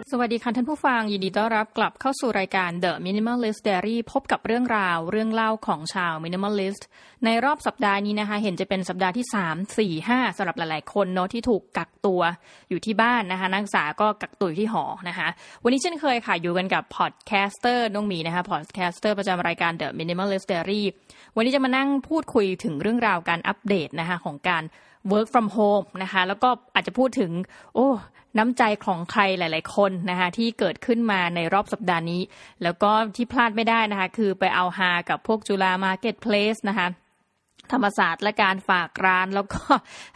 สวัสดีค่ะท่านผู้ฟังยินดีต้อนรับกลับเข้าสู่รายการ The Minimalist Diary พบกับเรื่องราวเรื่องเล่าของชาว Minimalist ในรอบสัปดาห์นี้นะคะเห็นจะเป็นสัปดาห์ที่3 4 5สำหรับหลายๆคนเนาะที่ถูกกักตัวอยู่ที่บ้านนะคะนักศึกษาก็กักตัวอยู่ที่หอนะคะวันนี้เช่นเคยค่ะอยู่กันกับพอดแคสเตอร์น้องหมีนะคะพอดแคสเตอร์ประจำรายการ The Minimalist Diary วันนี้จะมานั่งพูดคุยถึงเรื่องราวการอัปเดตนะคะของการ work from home นะคะแล้วก็อาจจะพูดถึงน้ำใจของใครหลายๆคนนะคะที่เกิดขึ้นมาในรอบสัปดาห์นี้แล้วก็ที่พลาดไม่ได้นะคะคือไปเอาฮากับพวกจุฬามาร์เก็ตเพลสนะคะธรรมศาสตร์และการฝากร้านแล้วก็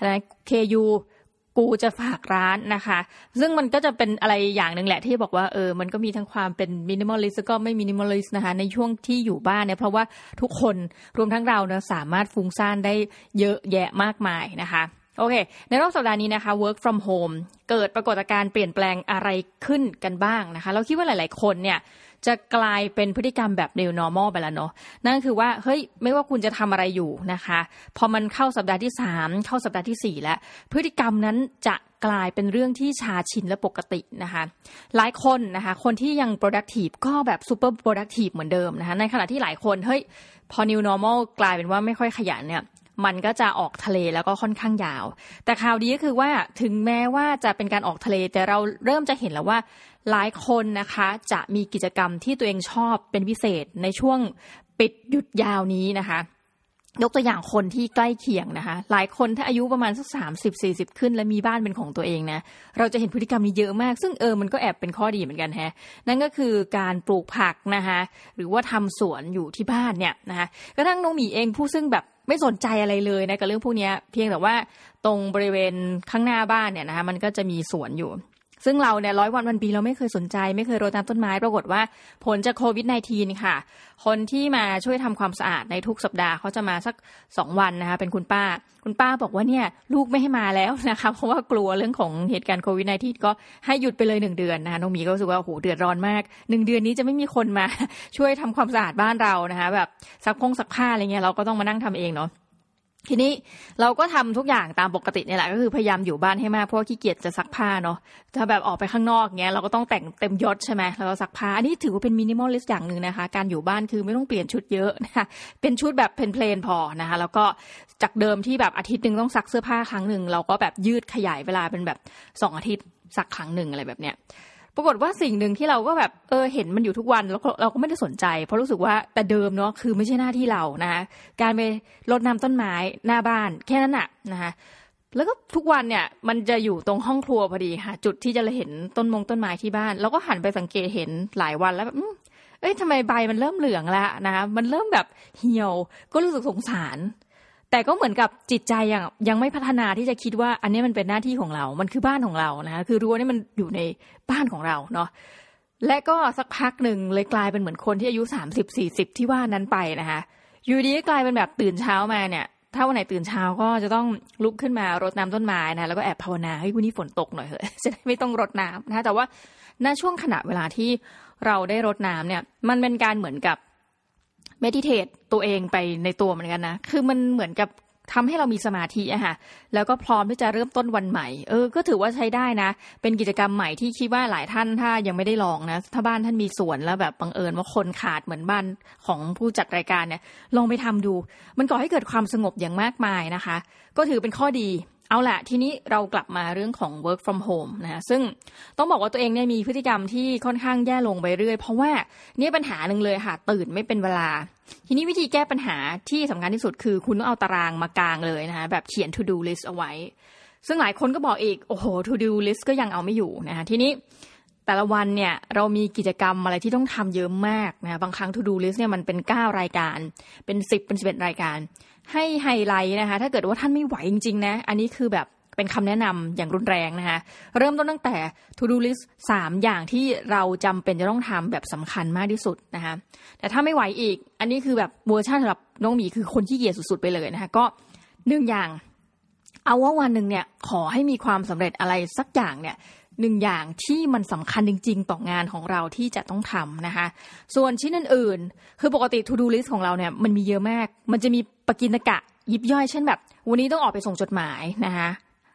KU กูจะฝากร้านนะคะซึ่งมันก็จะเป็นอะไรอย่างนึงแหละที่บอกว่ามันก็มีทั้งความเป็นมินิมอลลิสต์แล้วก็ไม่มินิมอลลิสต์นะคะในช่วงที่อยู่บ้านเนี่ยเพราะว่าทุกคนรวมทั้งเราเนี่ยสามารถฟุ้งซ่านได้เยอะแยะมากมายนะคะโอเคในรอบสัปดาห์นี้นะคะ work from home เกิดปรากฏการณ์เปลี่ยนแปลงอะไรขึ้นกันบ้างนะคะเราคิดว่าหลายๆคนเนี่ยจะกลายเป็นพฤติกรรมแบบ new normal ไปแล้วเนาะนั่นคือว่าเฮ้ยไม่ว่าคุณจะทำอะไรอยู่นะคะพอมันเข้าสัปดาห์ที่3เข้าสัปดาห์ที่4แล้วพฤติกรรมนั้นจะกลายเป็นเรื่องที่ชาชินและปกตินะคะหลายคนนะคะคนที่ยัง productive ก็แบบ super productive เหมือนเดิมนะคะในขณะที่หลายคนเฮ้ยพอ new normal กลายเป็นว่าไม่ค่อยขยันเนี่ยมันก็จะออกทะเลแล้วก็ค่อนข้างยาวแต่ข่าวดีก็คือว่าถึงแม้ว่าจะเป็นการออกทะเลแต่เราเริ่มจะเห็นแล้วว่าหลายคนนะคะจะมีกิจกรรมที่ตัวเองชอบเป็นพิเศษในช่วงปิดหยุดยาวนี้นะคะยกตัวอย่างคนที่ใกล้เคียงนะคะหลายคนถ้าอายุประมาณสัก30-40ขึ้นและมีบ้านเป็นของตัวเองนะเราจะเห็นพฤติกรรมนี้เยอะมากซึ่งมันก็แอบเป็นข้อดีเหมือนกันแฮะนั่นก็คือการปลูกผักนะคะหรือว่าทำสวนอยู่ที่บ้านเนี่ยนะคะกระทั่งน้องหมีเองผู้ซึ่งแบบไม่สนใจอะไรเลยนะกับเรื่องพวกนี้เพียงแต่ว่าตรงบริเวณข้างหน้าบ้านเนี่ยนะคะมันก็จะมีสวนอยู่ซึ่งเราเนี่ย100 วันพันปีเราไม่เคยสนใจไม่เคยรดน้ำต้นไม้ปรากฏว่าผลจากโควิด -19 ค่ะคนที่มาช่วยทำความสะอาดในทุกสัปดาห์เขาจะมาสัก2 วันนะคะเป็นคุณป้าบอกว่าเนี่ยลูกไม่ให้มาแล้วนะคะเพราะว่ากลัวเรื่องของเหตุการณ์โควิด -19 ก็ให้หยุดไปเลย1 เดือนนะคะน้องหมีก็รู้สึกว่าโอ้โหเดือดร้อนมาก1 เดือนนี้จะไม่มีคนมาช่วยทำความสะอาดบ้านเรานะคะแบบซักผ้าอะไรเงี้ยเราก็ต้องมานั่งทำเองเนาะทีนี้เราก็ทำทุกอย่างตามปกตินี่แหละก็คือพยายามอยู่บ้านให้มากเพราะว่าขี้เกียจจะซักผ้าเนาะถ้าแบบออกไปข้างนอกเงี้ยเราก็ต้องแต่งเต็มยศใช่ไหมแล้วก็ซักผ้าอันนี้ถือว่าเป็นมินิมอลลิสต์อย่างนึงนะคะการอยู่บ้านคือไม่ต้องเปลี่ยนชุดเยอะนะคะเป็นชุดแบบเพลนๆพอนะคะแล้วก็จากเดิมที่แบบอาทิตย์นึงต้องซักเสื้อผ้าครั้งนึงเราก็แบบยืดขยายเวลาเป็นแบบ2 อาทิตย์ซักครั้งนึงอะไรแบบเนี้ยปรากฏว่าสิ่งหนึ่งที่เราก็แบบเห็นมันอยู่ทุกวันแล้วเราก็ไม่ได้สนใจเพราะรู้สึกว่าแต่เดิมเนาะคือไม่ใช่หน้าที่เรานะคะการไปรดน้ำต้นไม้หน้าบ้านแค่นั้นน่ะนะคะแล้วก็ทุกวันเนี่ยมันจะอยู่ตรงห้องครัวพอดีค่ะจุดที่จะเห็นต้นไม้ที่บ้านเราก็หันไปสังเกตเห็นหลายวันแล้วแบบทำไมใบมันเริ่มเหลืองแล้วนะคะมันเริ่มแบบเหี่ยวก็รู้สึกสงสารแต่ก็เหมือนกับจิตใจยังไม่พัฒนาที่จะคิดว่าอันนี้มันเป็นหน้าที่ของเรามันคือบ้านของเรานะคะคือรั้วนี่มันอยู่ในบ้านของเราเนาะและก็สักพักหนึ่งเลยกลายเป็นเหมือนคนที่อายุ30-40ที่ว่านั้นไปนะคะอยู่ดีก็กลายเป็นแบบตื่นเช้ามาเนี่ยถ้าวันไหนตื่นเช้าก็จะต้องลุกขึ้นมารดน้ำต้นไม้นะแล้วก็แอบภาวนาให้วันนี้ฝนตกหน่อยเถอะจะได้ไม่ต้องรดน้ำนะคะแต่ว่าณช่วงขณะเวลาที่เราได้รดน้ำเนี่ยมันเป็นการเหมือนกับเมดิเทตตัวเองไปในตัวเหมือนกันนะคือมันเหมือนกับทำให้เรามีสมาธิอะค่ะแล้วก็พร้อมที่จะเริ่มต้นวันใหม่ก็ถือว่าใช้ได้นะเป็นกิจกรรมใหม่ที่คิดว่าหลายท่านถ้ายังไม่ได้ลองนะถ้าบ้านท่านมีสวนแล้วแบบบังเอิญว่าคนขาดเหมือนบ้านของผู้จัดรายการเนี่ยลองไปทำดูมันก่อให้เกิดความสงบอย่างมากมายนะคะก็ถือเป็นข้อดีเอาล่ะทีนี้เรากลับมาเรื่องของ work from home นะซึ่งต้องบอกว่าตัวเองเนี่ยมีพฤติกรรมที่ค่อนข้างแย่ลงไปเรื่อยเพราะว่านี่ปัญหาหนึ่งเลยค่ะตื่นไม่เป็นเวลาทีนี้วิธีแก้ปัญหาที่สำคัญที่สุดคือคุณต้องเอาตารางมากางเลยนะคะแบบเขียน to do list เอาไว้ซึ่งหลายคนก็บอกอีกโอ้โห to do list ก็ยังเอาไม่อยู่นะคะทีนี้แต่ละวันเนี่ยเรามีกิจกรรมอะไรที่ต้องทำเยอะมากนะบางครั้ง to do list เนี่ยมันเป็น9 รายการเป็น10เป็น11 รายการให้ไฮไลท์นะคะถ้าเกิดว่าท่านไม่ไหวจริงๆนะอันนี้คือแบบเป็นคำแนะนำอย่างรุนแรงนะคะเริ่มต้นตั้งแต่ to do list 3 อย่างที่เราจำเป็นจะต้องทำแบบสำคัญมากที่สุดนะคะแต่ถ้าไม่ไหวอีกอันนี้คือแบบเวอร์ชันสำหรับน้องหมีคือคนขี้เกียจสุดๆไปเลยนะคะก็1 อย่างเอาว่าวันหนึ่งเนี่ยขอให้มีความสำเร็จอะไรสักอย่างเนี่ย1 อย่างที่มันสำคัญจริงๆต่องานของเราที่จะต้องทำนะคะส่วนชิ้นอื่นๆคือปกติ to do list ของเราเนี่ยมันมีเยอะมากมันจะมีปกิณกะยิบย่อยเช่นแบบวันนี้ต้องออกไปส่งจดหมายนะคะ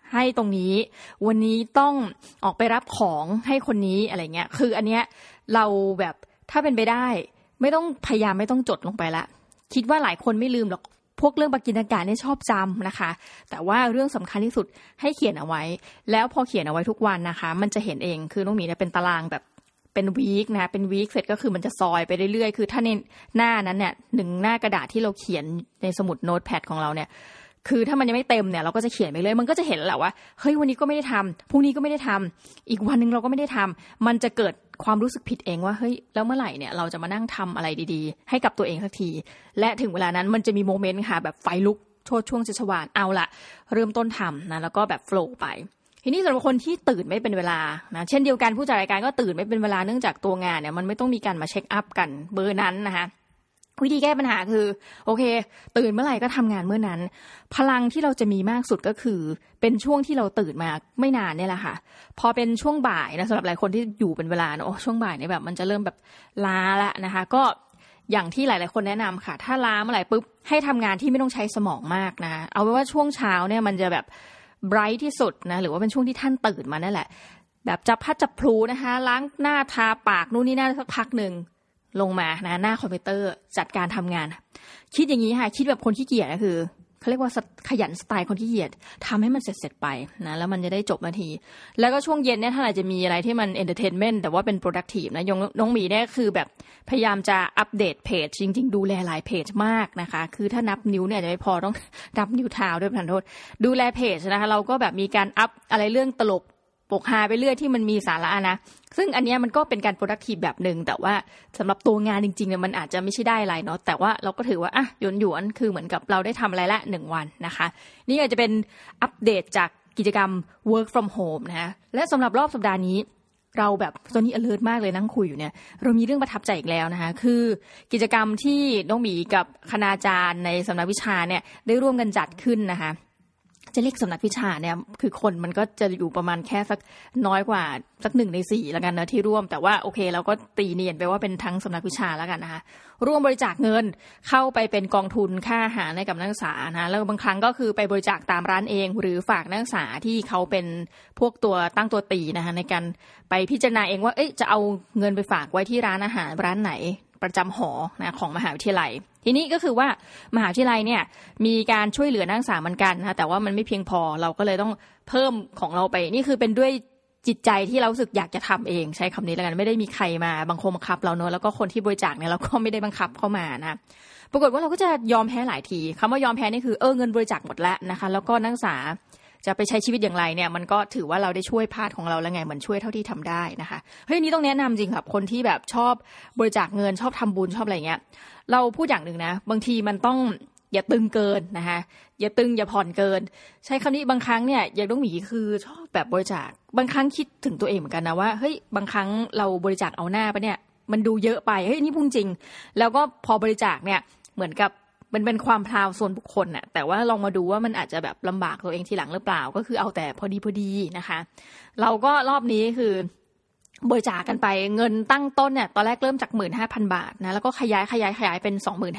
ให้ตรงนี้วันนี้ต้องออกไปรับของให้คนนี้อะไรเงี้ยคืออันเนี้ยเราแบบถ้าเป็นไปได้ไม่ต้องพยายามไม่ต้องจดลงไปละคิดว่าหลายคนไม่ลืมหรอกพวกเรื่องปกิณการเนี่ยชอบจำนะคะแต่ว่าเรื่องสำคัญที่สุดให้เขียนเอาไว้แล้วพอเขียนเอาไว้ทุกวันนะคะมันจะเห็นเองคือน้องหมีเนี่ยเป็นตารางแบบเป็นวีคนะเป็นวีคเสร็จก็คือมันจะซอยไปเรื่อยๆคือถ้าในหน้านั้นเนี่ย1หน้ากระดาษที่เราเขียนในสมุดโน้ตแพดของเราเนี่ยคือถ้ามันยังไม่เต็มเนี่ยเราก็จะเขียนไปเลยมันก็จะเห็นแหละว่าเฮ้ยวันนี้ก็ไม่ได้ทำพรุ่งนี้ก็ไม่ได้ทำอีกวันนึงเราก็ไม่ได้ทำมันจะเกิดความรู้สึกผิดเองว่าเฮ้ยแล้วเมื่อไหร่เนี่ยเราจะมานั่งทำอะไรดีๆให้กับตัวเองสักทีและถึงเวลานั้นมันจะมีโมเมนต์ค่ะแบบไฟลุกโชติช่วงชัชวาลเอาละเริ่มต้นทำนะแล้วก็แบบโฟลว์ไปทีนี้สำหรับคนที่ตื่นไม่เป็นเวลานะเช่นเดียวกันผู้จัดรายการก็ตื่นไม่เป็นเวลาเนื่องจากตัวงานเนี่ยมันไม่ต้องมีการมาเช็คอัพกันเบอร์นั้นนะคะวิธีแก้ปัญหาคือโอเคตื่นเมื่อไหร่ก็ทำงานเมื่อนั้นพลังที่เราจะมีมากสุดก็คือเป็นช่วงที่เราตื่นมาไม่นานเนี่ยแหละค่ะพอเป็นช่วงบ่ายนะสำหรับหลายคนที่อยู่เป็นเวลาโอ้ช่วงบ่ายเนี่ยแบบมันจะเริ่มแบบล้าละนะคะก็อย่างที่หลายๆคนแนะนำค่ะถ้าล้าเมื่อไหร่ปุ๊บให้ทำงานที่ไม่ต้องใช้สมองมากนะเอาไว้ว่าช่วงเช้าเนี่ยมันจะแบบไบรท์ที่สุดนะหรือว่าเป็นช่วงที่ท่านตื่นมานั่นแหละแบบจับพัดจับพลูนะคะล้างหน้าทาปากนู่นนี่นั่นสักพักนึงลงมานะหน้าคอมพิวเตอร์จัดการทำงานคิดอย่างนี้ค่ะคิดแบบคนขี้เกียจก็คือเขาเรียกว่าขยันสไตล์คนขี้เกียจทำให้มันเสร็จไปนะแล้วมันจะได้จบนาทีแล้วก็ช่วงเย็นเนี่ยถ้าไหร่จะมีอะไรที่มันเอนเตอร์เทนเมนต์แต่ว่าเป็น productive นะน้องหมีเนี่ยคือแบบพยายามจะอัปเดตเพจจริงๆดูแลหลายเพจมากนะคะคือถ้านับนิ้วเนี่ยจะไม่พอต้องนับนิ้วเท้าด้วยขอโทษดูแลเพจนะคะเราก็แบบมีการอัพอะไรเรื่องตลกปกฮาไปเรื่อยที่มันมีสาระนะซึ่งอันนี้มันก็เป็นการ productive แบบนึงแต่ว่าสำหรับตัวงานจริงๆเนี่ยมันอาจจะไม่ใช่ได้อะไรเนาะแต่ว่าเราก็ถือว่าหยวนๆคือเหมือนกับเราได้ทำอะไรละ1วันนะคะนี่อาจจะเป็นอัปเดตจากกิจกรรม work from home นะและสำหรับรอบสัปดาห์นี้เราแบบตอนนี้ alert มากเลยนั่งคุยอยู่เนี่ยเรามีเรื่องประทับใจอีกแล้วนะคะคือกิจกรรมที่น้องหมีกับคณาจารย์ในสำนักวิชาเนี่ยได้ร่วมกันจัดขึ้นนะคะจะเรียกสำนักวิชาเนี่ยคือคนมันก็จะอยู่ประมาณแค่สักน้อยกว่าสัก1 ใน 4แล้วกันนะที่ร่วมแต่ว่าโอเคเราก็ตีเนียนไปว่าเป็นทั้งสำนักวิชาแล้วกันนะคะร่วมบริจาคเงินเข้าไปเป็นกองทุนค่าอาหารให้กับนักศึกษานะแล้วบางครั้งก็คือไปบริจาคตามร้านเองหรือฝากนักศึกษาที่เขาเป็นพวกตัวตั้งตัวตีนะคะในการไปพิจารณาเองว่าจะเอาเงินไปฝากไว้ที่ร้านอาหารร้านไหนประจำหอนะของมหาวิทยาลัยทีนี้ก็คือว่ามหาวิทยาลัยเนี่ยมีการช่วยเหลือนักศึกษาเหมือนกันนะแต่ว่ามันไม่เพียงพอเราก็เลยต้องเพิ่มของเราไปนี่คือเป็นด้วยจิตใจที่เรารู้สึกอยากจะทำเองใช้คำนี้แล้วกันไม่ได้มีใครมาบังคับเราเนอะแล้วก็คนที่บริจาคเนี่ยเราก็ไม่ได้บังคับเข้ามานะปรากฏว่าเราก็จะยอมแพ้หลายทีคำว่ายอมแพ้นี่คือเงินบริจาคหมดแล้วนะคะแล้วก็นักศึกษาจะไปใช้ชีวิตอย่างไรเนี่ยมันก็ถือว่าเราได้ช่วยพาร์ทของเราแล้วไงเหมือนช่วยเท่าที่ทำได้นะคะเฮ้ยนี่ต้องแนะนำจริงครับคนที่แบบชอบบริจาคเงินชอบทำบุญชอบอะไรเงี้ยเราพูดอย่างหนึ่งนะบางทีมันต้องอย่าตึงเกินนะคะอย่าตึงอย่าผ่อนเกินใช้คำนี้บางครั้งเนี่ยอย่างน้องหมีคือชอบแบบบริจาคบางครั้งคิดถึงตัวเองเหมือนกันนะว่าเฮ้ยบางครั้งเราบริจาคเอาหน้าไปเนี่ยมันดูเยอะไปเฮ้ยนี่พูดจริงแล้วก็พอบริจาคเนี่ยเหมือนกับมันเป็นความพราวส่วนบุคคลน่ะแต่ว่าลองมาดูว่ามันอาจจะแบบลำบากตัวเองทีหลังหรือเปล่าก็คือเอาแต่พอดีนะคะเราก็รอบนี้คือบริจาคกันไปเงินตั้งต้นเนี่ยตอนแรกเริ่มจาก 15,000 บาทนะแล้วก็ขยายเป็น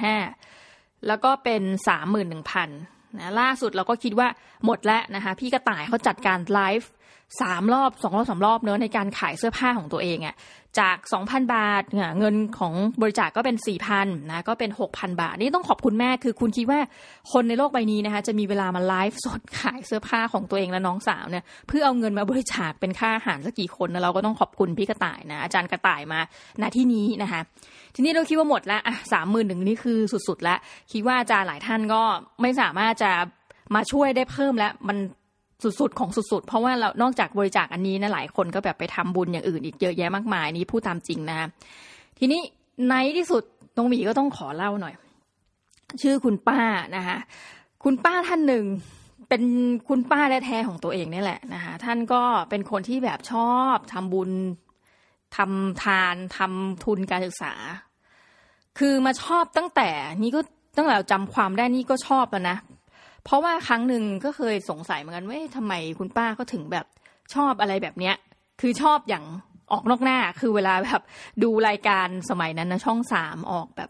25,000 แล้วก็เป็น 31,000 นะล่าสุดเราก็คิดว่าหมดแล้วนะคะพี่กระต่ายเขาจัดการไลฟ์3 รอบ2 รอบ 3 รอบเนอะในการขายเสื้อผ้าของตัวเองอ่ะจาก 2,000 บาทเงินของบริจาคก็เป็น 4,000 นะก็เป็น 6,000 บาทนี่ต้องขอบคุณแม่คือคุณคิดว่าคนในโลกใบนี้นะคะจะมีเวลามาไลฟ์สดขายเสื้อผ้าของตัวเองและน้องสาวเนี่ยเพื่อเอาเงินมาบริจาคเป็นค่าอาหารสักกี่คนนะเราก็ต้องขอบคุณพี่กระต่ายนะอาจารย์กระต่ายมาณที่นี้นะคะทีนี้เราคิดว่าหมดแล้ว30,000นี่คือสุดๆแล้วคิดว่าอาจารย์หลายท่านก็ไม่สามารถจะมาช่วยได้เพิ่มแล้วมันสุดๆของสุดๆเพราะว่าเรานอกจากบริจาคอันนี้นะหลายคนก็แบบไปทำบุญอย่างอื่นอีกเยอะแยะมากมายนี่พูดตามจริงนะทีนี้ในที่สุดน้องหมีก็ต้องขอเล่าหน่อยชื่อคุณป้านะคะคุณป้าท่านหนึ่งเป็นคุณป้าแท้ๆของตัวเองนี่แหละนะคะท่านก็เป็นคนที่แบบชอบทำบุญทำทานทำทุนการศึกษาคือมาชอบตั้งแต่เราจำความได้นี่ก็ชอบแล้วนะเพราะว่าครั้งหนึ่งก็เคยสงสัยเหมือนกันว่าทำไมคุณป้าเขาถึงแบบชอบอะไรแบบเนี้ยคือชอบอย่างออกนอกหน้าคือเวลาแบบดูรายการสมัยนั้นนะช่อง3ออกแบบ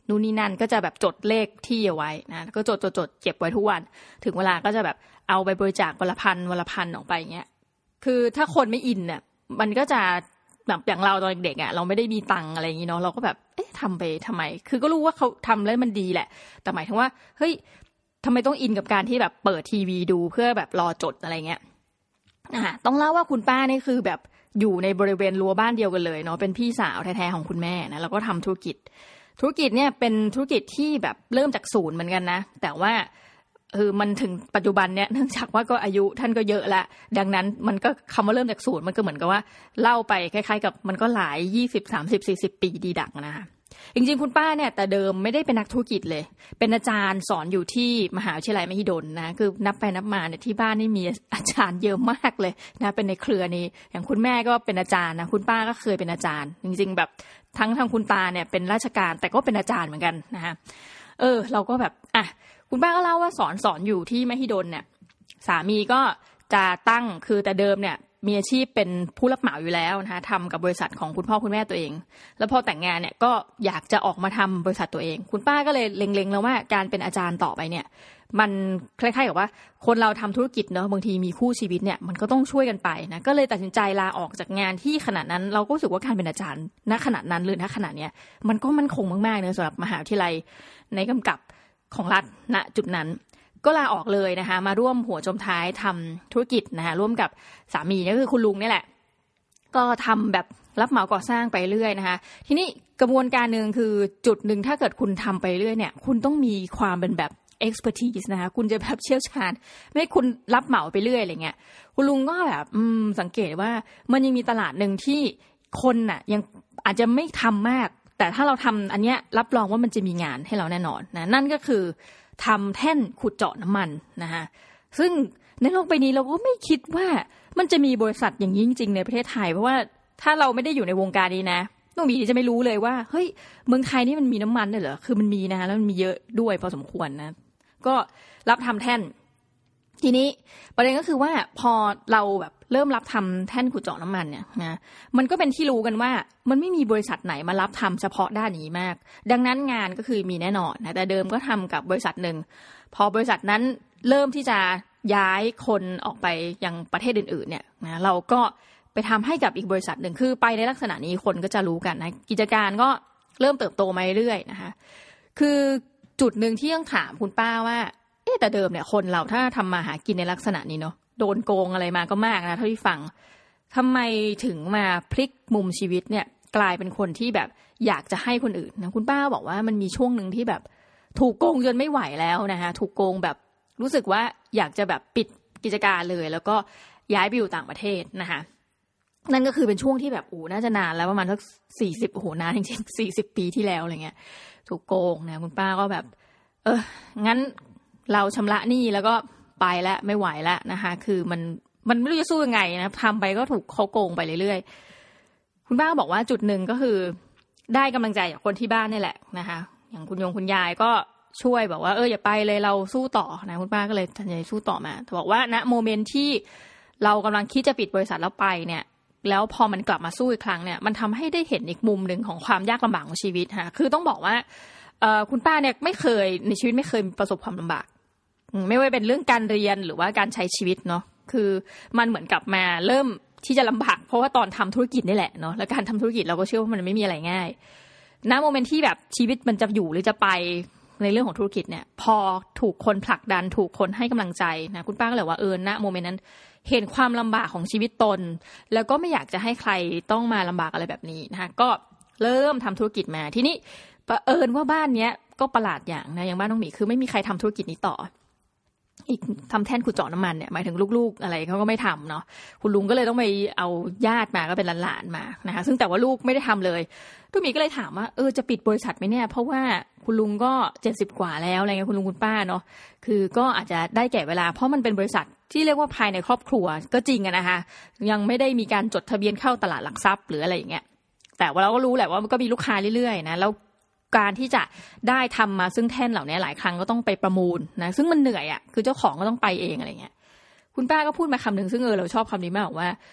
นู่นนี่นั่นก็จะแบบจดเลขที่เอาไว้นะก็จดเก็บไว้ทุกวันถึงเวลาก็จะแบบเอาไปบริจาควันละพันออกไปอย่างเงี้ยคือถ้าคนไม่อินเนี่ยมันก็จะแบบอย่างเราตอนเด็กๆอ่ะเราไม่ได้มีตังค์อะไรอย่างงี้เนาะเราก็แบบทำไปทำไมคือก็รู้ว่าเขาทำแล้วมันดีแหละแต่หมายถึงว่าเฮ้ยทำไมต้องอินกับการที่แบบเปิดทีวีดูเพื่อแบบรอจดอะไรเงี้ยต้องเล่าว่าคุณป้านี่คือแบบอยู่ในบริเวณรั้วบ้านเดียวกันเลยเนาะเป็นพี่สาวแท้ๆของคุณแม่นะแล้วก็ทำธุรกิจเนี่ยเป็นธุรกิจที่แบบเริ่มจากศูนย์เหมือนกันนะแต่ว่ามันถึงปัจจุบันเนี่ยเนื่องจากว่าก็อายุท่านก็เยอะแล้วดังนั้นมันก็คำว่าเริ่มจากศูนย์มันก็เหมือนกับว่าเล่าไปคล้ายๆกับมันก็หลาย20 30 40ปีดีดักนะคะจริงๆคุณป้าเนี่ยแต่เดิมไม่ได้เป็นนักธุรกิจเลยเป็นอาจารย์สอนอยู่ที่มหาวิทยาลัยมหิดลนะคือนับไปนับมาเนี่ยที่บ้านนี่มีอาจารย์เยอะมากเลยนะเป็นในเครือนี้อย่างคุณแม่ก็เป็นอาจารย์นะคุณป้าก็เคยเป็นอาจารย์จริงๆแบบทั้งทางคุณตาเนี่ยเป็นราชการแต่ก็เป็นอาจารย์เหมือนกันนะคะเราก็แบบคุณป้าก็เล่าว่าสอนอยู่ที่มหิดลเนี่ยสามีก็จะตั้งคือแต่เดิมเนี่ยมีอาชีพเป็นผู้รับเหมาอยู่แล้วนะคะทำกับบริษัทของคุณพ่อคุณแม่ตัวเองแล้วพอแต่งงานเนี่ยก็อยากจะออกมาทำบริษัทตัวเองคุณป้าก็เลยเล็งๆแล้วว่าการเป็นอาจารย์ต่อไปเนี่ยมันคล้ายๆกับว่าคนเราทำธุรกิจเนาะบางทีมีคู่ชีวิตเนี่ยมันก็ต้องช่วยกันไปนะก็เลยตัดสินใจลาออกจากงานที่ขนาดนั้นเราก็รู้สึกว่าการเป็นอาจารย์ณขณะนั้นหรือณขณะเนี้ยมันก็มั่นคงมากๆเลยสำหรับมหาวิทยาลัยในกำกับของรัฐณจุดนั้นก็ลาออกเลยนะคะมาร่วมหัวจมท้ายทำธุรกิจนะคะร่วมกับสามีก็คือคุณลุงนี่แหละก็ทำแบบรับเหมาก่อสร้างไปเรื่อยนะคะทีนี้กระบวนการนึงคือจุดหนึ่งถ้าเกิดคุณทำไปเรื่อยเนี่ยคุณต้องมีความเป็นแบบ expertise นะคะคุณจะแบบเชี่ยวชาญไม่ให้คุณรับเหมาไปเรื่อยอะไรเงี้ยคุณลุงก็แบบสังเกตว่ามันยังมีตลาดนึงที่คนน่ะยังอาจจะไม่ทำมากแต่ถ้าเราทำอันเนี้ยรับรองว่ามันจะมีงานให้เราแน่นอนนะนั่นก็คือทำแท่นขุดเจาะน้ำมันนะคะซึ่งในโลกใบนี้เราก็ไม่คิดว่ามันจะมีบริษัทอย่างนี้จริงๆในประเทศไทยเพราะว่าถ้าเราไม่ได้อยู่ในวงการนี้นะต้องมีจะไม่รู้เลยว่าเฮ้ยเมืองไทยนี่มันมีน้ำมันด้วยเหรอคือมันมีนะคะแล้วมันมีเยอะด้วยพอสมควรนะก็รับทำแท่นทีนี้ประเด็นก็คือว่าพอเราแบบเริ่มรับทำแท่นขุดเจาะน้ำมันเนี่ยนะมันก็เป็นที่รู้กันว่ามันไม่มีบริษัทไหนมารับทำเฉพาะด้านนี้มากดังนั้นงานก็คือมีแน่นอนนะแต่เดิมก็ทำกับบริษัทหนึ่งพอบริษัทนั้นเริ่มที่จะย้ายคนออกไปยังประเทศอื่นๆเนี่ยนะเราก็ไปทำให้กับอีกบริษัทหนึ่งคือไปในลักษณะนี้คนก็จะรู้กันนะกิจการก็เริ่มเติบโตมาเรื่อยๆนะคะคือจุดหนึ่งที่ต้องถามคุณป้าว่าแต่เดิมเนี่ยคนเราถ้าทำมาหากินในลักษณะนี้เนาะโดนโกงอะไรมาก็มากนะเท่าที่ฟังทำไมถึงมาพลิกมุมชีวิตเนี่ยกลายเป็นคนที่แบบอยากจะให้คนอื่นนะคุณป้าบอกว่ามันมีช่วงหนึ่งที่แบบถูกโกงจนไม่ไหวแล้วนะคะถูกโกงแบบรู้สึกว่าอยากจะแบบปิดกิจการเลยแล้วก็ย้ายไปอยู่ต่างประเทศนะคะนั่นก็คือเป็นช่วงที่แบบน่าจะนานแล้วประมาณสัก40นานจริงๆ40 ปีที่แล้วอะไรเงี้ยถูกโกงนะคุณป้าก็แบบงั้นเราชำระหนี้แล้วก็ไปแล้วไม่ไหวแล้วนะคะคือมันไม่รู้จะสู้ยังไงนะทำไปก็ถูกเขาโกงไปเรื่อยๆคุณป้าบอกว่าจุดหนึ่งก็คือได้กำลังใจจากคนที่บ้านนี่แหละนะคะอย่างคุณยายก็ช่วยบอกว่าอย่าไปเลยเราสู้ต่อนะคุณป้าก็เลยตัดสินใจสู้ต่อมาบอกว่าณโมเมนต์ที่เรากำลังคิดจะปิดบริษัทแล้วไปเนี่ยแล้วพอมันกลับมาสู้อีกครั้งเนี่ยมันทำให้ได้เห็นอีกมุมหนึ่งของความยากลำบากของชีวิตค่ะคือต้องบอกว่าคุณป้าเนี่ยไม่เคยในชีวิตไม่เคยประสบความลำบากไม่ว่าเป็นเรื่องการเรียนหรือว่าการใช้ชีวิตเนาะคือมันเหมือนกับมาเริ่มที่จะลำบากเพราะว่าตอนทำธุรกิจนี่แหละเนาะและการทำธุรกิจเราก็เชื่อว่ามันไม่มีอะไรง่ายณโมเมนต์ที่แบบชีวิตมันจะอยู่หรือจะไปในเรื่องของธุรกิจเนี่ยพอถูกคนผลักดันถูกคนให้กำลังใจนะคุณป้าก็เลยว่าณโมเมนต์นั้นเห็นความลำบากของชีวิตตนแล้วก็ไม่อยากจะให้ใครต้องมาลำบากอะไรแบบนี้นะคะก็เริ่มทำธุรกิจมาทีนี้เผอิญว่าบ้านเนี้ยก็ประหลาดอย่างนะอย่างบ้านน้องหมีคือไม่มีใครทำธุรกิจนี้ต่ออีกทำแท่นขุดเจาะน้ำมันเนี่ยหมายถึงลูกๆอะไรเขาก็ไม่ทำเนาะคุณลุงก็เลยต้องไปเอาญาติมาก็เป็นหลานๆมานะคะซึ่งแต่ว่าลูกไม่ได้ทำเลยตุ้มีก็เลยถามว่าจะปิดบริษัทไหมเนี่ยเพราะว่าคุณลุงก็70 กว่าแล้วอะไรเงี้ยคุณลุงคุณป้าเนาะคือก็อาจจะได้แก่เวลาเพราะมันเป็นบริษัทที่เรียกว่าภายในครอบครัวก็จริงอะนะคะยังไม่ได้มีการจดทะเบียนเข้าตลาดหลักทรัพย์หรืออะไรอย่างเงี้ยแต่ว่าเราก็รู้แหละว่ามันก็มีลูกค้าเรื่อยๆนะแล้วการที่จะได้ทำมาซึ่งแท่นเหล่านี้หลายครั้งก็ต้องไปประมูลนะซึ่งมันเหนื่อยอ่ะคือเจ้าของก็ต้องไปเองอะไรเงี้ยคุณป้าก็พูดมาคำหนึ่งซึ่งเราชอบคำนี้มากว่า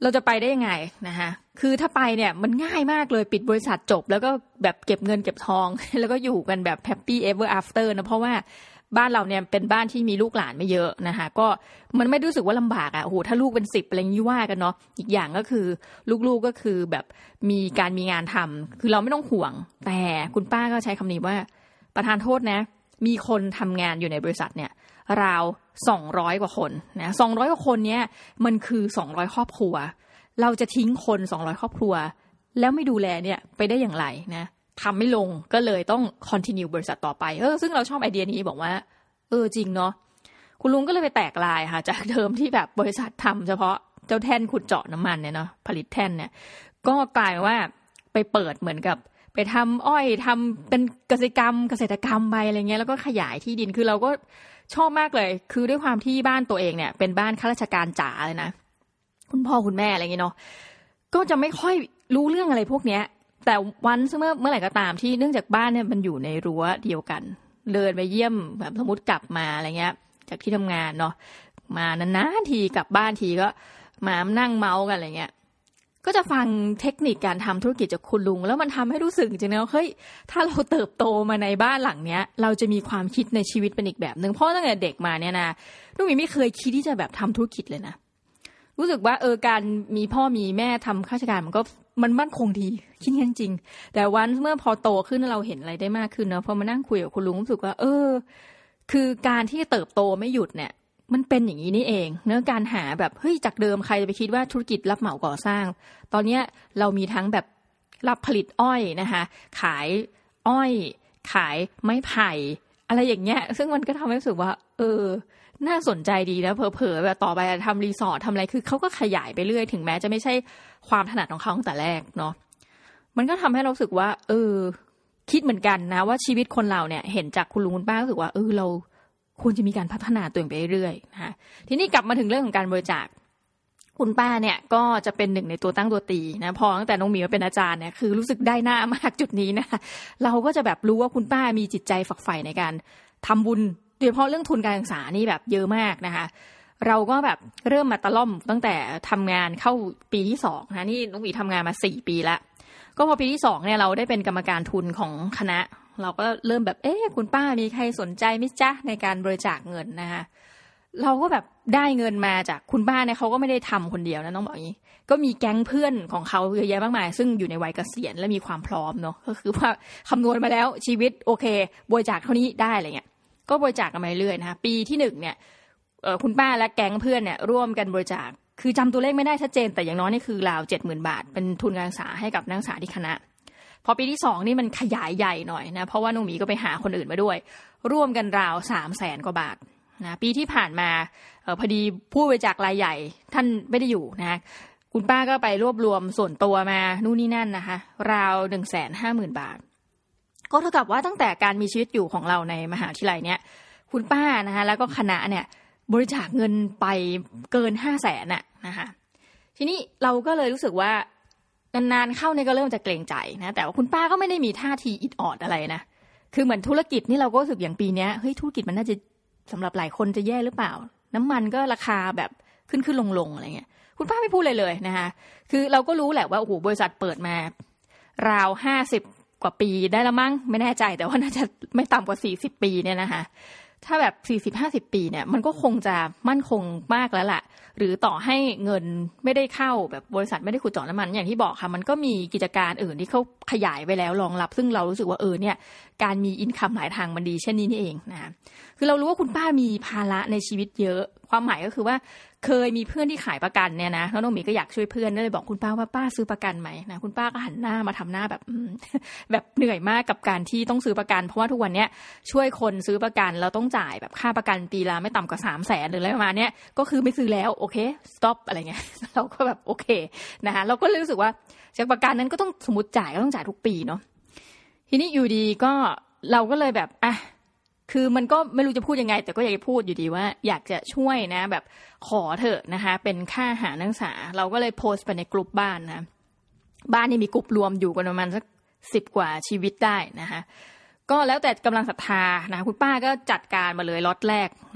เราจะไปได้ยังไงนะคะคือถ้าไปเนี่ยมันง่ายมากเลยปิดบริษัทจบแล้วก็แบบเก็บเงินเก็บทอง แล้วก็อยู่กันแบบ happy ever after นะเพราะว่าบ้านเราเนี่ยเป็นบ้านที่มีลูกหลานไม่เยอะนะคะก็มันไม่รู้สึกว่าลำบากอ่ะโอ้โหถ้าลูกเป็น10อะไรอย่างนี้ว่ากันเนาะอีกอย่างก็คือลูกๆก็คือแบบมีงานทำคือเราไม่ต้องห่วงแต่คุณป้าก็ใช้คำนี้ว่าประธานโทษนะมีคนทำงานอยู่ในบริษัทเนี่ยราว200กว่าคนนะ200กว่าคนเนี้ยมันคือ200ครอบครัวเราจะทิ้งคน200ครอบครัวแล้วไม่ดูแลเนี่ยไปได้อย่างไรนะทำไม่ลงก็เลยต้อง continue บริษัทต่อไปซึ่งเราชอบไอเดียนี้บอกว่าจริงเนาะคุณลุงก็เลยไปแตกลายค่ะจากเดิมที่แบบบริษัททำเฉพาะเจ้าแท่นขุดเจาะน้ำมันเนี่ยเนาะผลิตแท่นเนี่ยก็กลายว่าไปเปิดเหมือนกับไปทำอ้อยทำเป็นเกษตรกรรมไปอะไรเงี้ยแล้วก็ขยายที่ดินคือเราก็ชอบมากเลยคือด้วยความที่บ้านตัวเองเนี่ยเป็นบ้านข้าราชการจ๋าเลยนะคุณพ่อคุณแม่อะไรเงี้ยเนาะก็จะไม่ค่อยรู้เรื่องอะไรพวกเนี้ยแต่วันเมื่อไหร่ก็ตามที่เนื่องจากบ้านเนี่ยมันอยู่ในรั้วเดียวกันเดินไปเยี่ยมแบบสมมติกลับมาอะไรเงี้ยจากที่ทำงานเนาะมานานๆทีกลับบ้านทีก็มานั่งเมาส์กันอะไรเงี้ยก็จะฟังเทคนิคการทำธุรกิจจากคุณลุงแล้วมันทำให้รู้สึกจริงๆนะเฮ้ยถ้าเราเติบโตมาในบ้านหลังเนี้ยเราจะมีความคิดในชีวิตเป็นอีกแบบนึงเพราะตั้งแต่เด็กมาเนี่ยนะลูกหมีไม่เคยคิดที่จะแบบทำธุรกิจเลยนะรู้สึกว่าการมีพ่อมีแม่ทำข้าราชการมันมั่นคงดีคิดงั้นจริงแต่วันเมื่อพอโตขึ้นเราเห็นอะไรได้มากขึ้นเนาะพอมานั่งคุยกับคุณลุงรู้สึกว่าคือการที่เติบโตไม่หยุดเนี่ยมันเป็นอย่างนี้นี่เองเนื้อการหาแบบเฮ้ยจากเดิมใครจะไปคิดว่าธุรกิจรับเหมาก่อสร้างตอนนี้เรามีทั้งแบบรับผลิตอ้อยนะคะขายอ้อยขายไม้ไผ่อะไรอย่างเงี้ยซึ่งมันก็ทำให้รู้สึกว่าน่าสนใจดีนะเผลอๆแบบต่อไปทำรีสอร์ททำอะไรคือเขาก็ขยายไปเรื่อยถึงแม้จะไม่ใช่ความถนัดของเขาตั้งแต่แรกเนาะมันก็ทำให้เรารู้สึกว่าคิดเหมือนกันนะว่าชีวิตคนเราเนี่ยเห็นจากคุณลุงคุณป้ารู้สึกว่าเราควรจะมีการพัฒนาตัวเองไปเรื่อยๆนะคะทีนี้กลับมาถึงเรื่องของการบริจาคคุณป้าเนี่ยก็จะเป็นหนึ่งในตัวตั้งตัวตีนะพอตั้งแต่น้องหมีมาเป็นอาจารย์เนี่ยคือรู้สึกได้หน้ามากจุดนี้นะคะเราก็จะแบบรู้ว่าคุณป้ามีจิตใจฝักใฝ่ในการทำบุญโดยเฉพาะเรื่องทุนการศึกษานี่แบบเยอะมากนะคะเราก็แบบเริ่มมาตะล่อมตั้งแต่ทำงานเข้าปีที่2นะนี่น้องหมีทำงานมา4ปีแล้วก็พอปีที่2เนี่ยเราได้เป็นกรรมการทุนของคณะเราก็เริ่มแบบคุณป้ามีใครสนใจไหมจ๊ะในการบริจาคเงินนะคะเราก็แบบได้เงินมาจากคุณป้าเนี่ยเขาก็ไม่ได้ทำคนเดียวนะน้องบอกอย่างนี้ก็มีแก๊งเพื่อนของเขาเยอะแยะมากมายซึ่งอยู่ในวัยเกษียณและมีความพร้อมเนาะก็คือว่าคำนวณมาแล้วชีวิตโอเคบริจาคเท่านี้ได้อะไรเงี้ยก็บริจาคกันมาเรื่อยๆนะคะปีที่1เนี่ยคุณป้าและแก๊งเพื่อนเนี่ยร่วมกันบริจาคคือจำตัวเลขไม่ได้ชัดเจนแต่อย่างน้อยนี่คือราว 70,000 บาทเป็นทุนการศึกษาให้กับนักศึกษาที่คณะพอปีที่2นี่มันขยายใหญ่หน่อยนะเพราะว่าน้องหมีก็ไปหาคนอื่นมาด้วยร่วมกันราว 300,000 กว่าบาทนะปีที่ผ่านมาพอดีผู้บริจาครายใหญ่ท่านไม่ได้อยู่นะคุณป้าก็ไปรวบรวมส่วนตัวมานู่นนี่นั่นนะคะราว 150,000 บาทก็เท่ากับว่าตั้งแต่การมีชีวิตอยู่ของเราในมหาวิทยาลัยเนี่ยคุณป้านะคะแล้วก็คณะเนี่ยบริจาคเงินไปเกิน 500,000 น่ะนะคะทีนี้เราก็เลยรู้สึกว่านานๆเข้าเนี่ยก็เริ่มจะเกรงใจนะแต่ว่าคุณป้าก็ไม่ได้มีท่าทีอิดออดอะไรนะคือเหมือนธุรกิจนี่เราก็รู้สึกอย่างปีนี้เฮ้ยธุรกิจมันน่าจะสำหรับหลายคนจะแย่หรือเปล่าน้ำมันก็ราคาแบบขึ้นลงอะไรเงี้ยคุณป้าไม่พูดเลยนะคะคือเราก็รู้แหละว่าโอ้โหบริษัทเปิดมาราว50 กว่าปีได้ละมั้งไม่แน่ใจแต่ว่าน่าจะไม่ต่ำกว่า40 ปีเนี่ยนะคะถ้าแบบ40-50 ปีเนี่ยมันก็คงจะมั่นคงมากแล้วล่ะหรือต่อให้เงินไม่ได้เข้าแบบบริษัทไม่ได้ขุดเจาะน้ำมันอย่างที่บอกค่ะมันก็มีกิจการอื่นที่เขาขยายไปแล้วรองรับซึ่งเรารู้สึกว่าเนี่ยการมีอินคัมหลายทางมันดีเช่นนี้นี่เองนะคะคือเรารู้ว่าคุณป้ามีภาระในชีวิตเยอะความหมายก็คือว่าเคยมีเพื่อนที่ขายประกันเนี่ยนะแล้วน้องหมีก็อยากช่วยเพื่อนเลยบอกคุณป้าว่าป้าซื้อประกันไหมนะคุณป้าก็หันหน้ามาทำหน้าแบบแบบเหนื่อยมากกับการที่ต้องซื้อประกันเพราะว่าทุกวันนี้ช่วยคนซื้อประกันเราต้องจ่ายแบบค่าประกันปีละไม่ต่ำกว่า300,000หรืออะไรประมาณนี้ก็คือไม่ซื้อแล้วโอเค stop อะไรเงี้ยเราก็แบบโอเคนะคะเราก็รู้สึกว่าจากประกันนั้นก็ต้องสมมติจ่ายก็ต้องจ่ายทุกปีเนาะทีนี้อยู่ดีก็เราก็เลยแบบคือมันก็ไม่รู้จะพูดยังไงแต่ก็อยากจะพูดอยู่ดีว่าอยากจะช่วยนะแบบขอเถอะนะคะเป็นค่าอาหารนักศึกษาเราก็เลยโพสต์ไปในกลุ่มบ้านนะบ้านนี่มีกลุ่มรวมอยู่กันประมาณสัก10 กว่าชีวิตได้นะคะก็แล้วแต่กำลังศรัทธานะคุณป้าก็จัดการมาเลยล็อตแรกนะ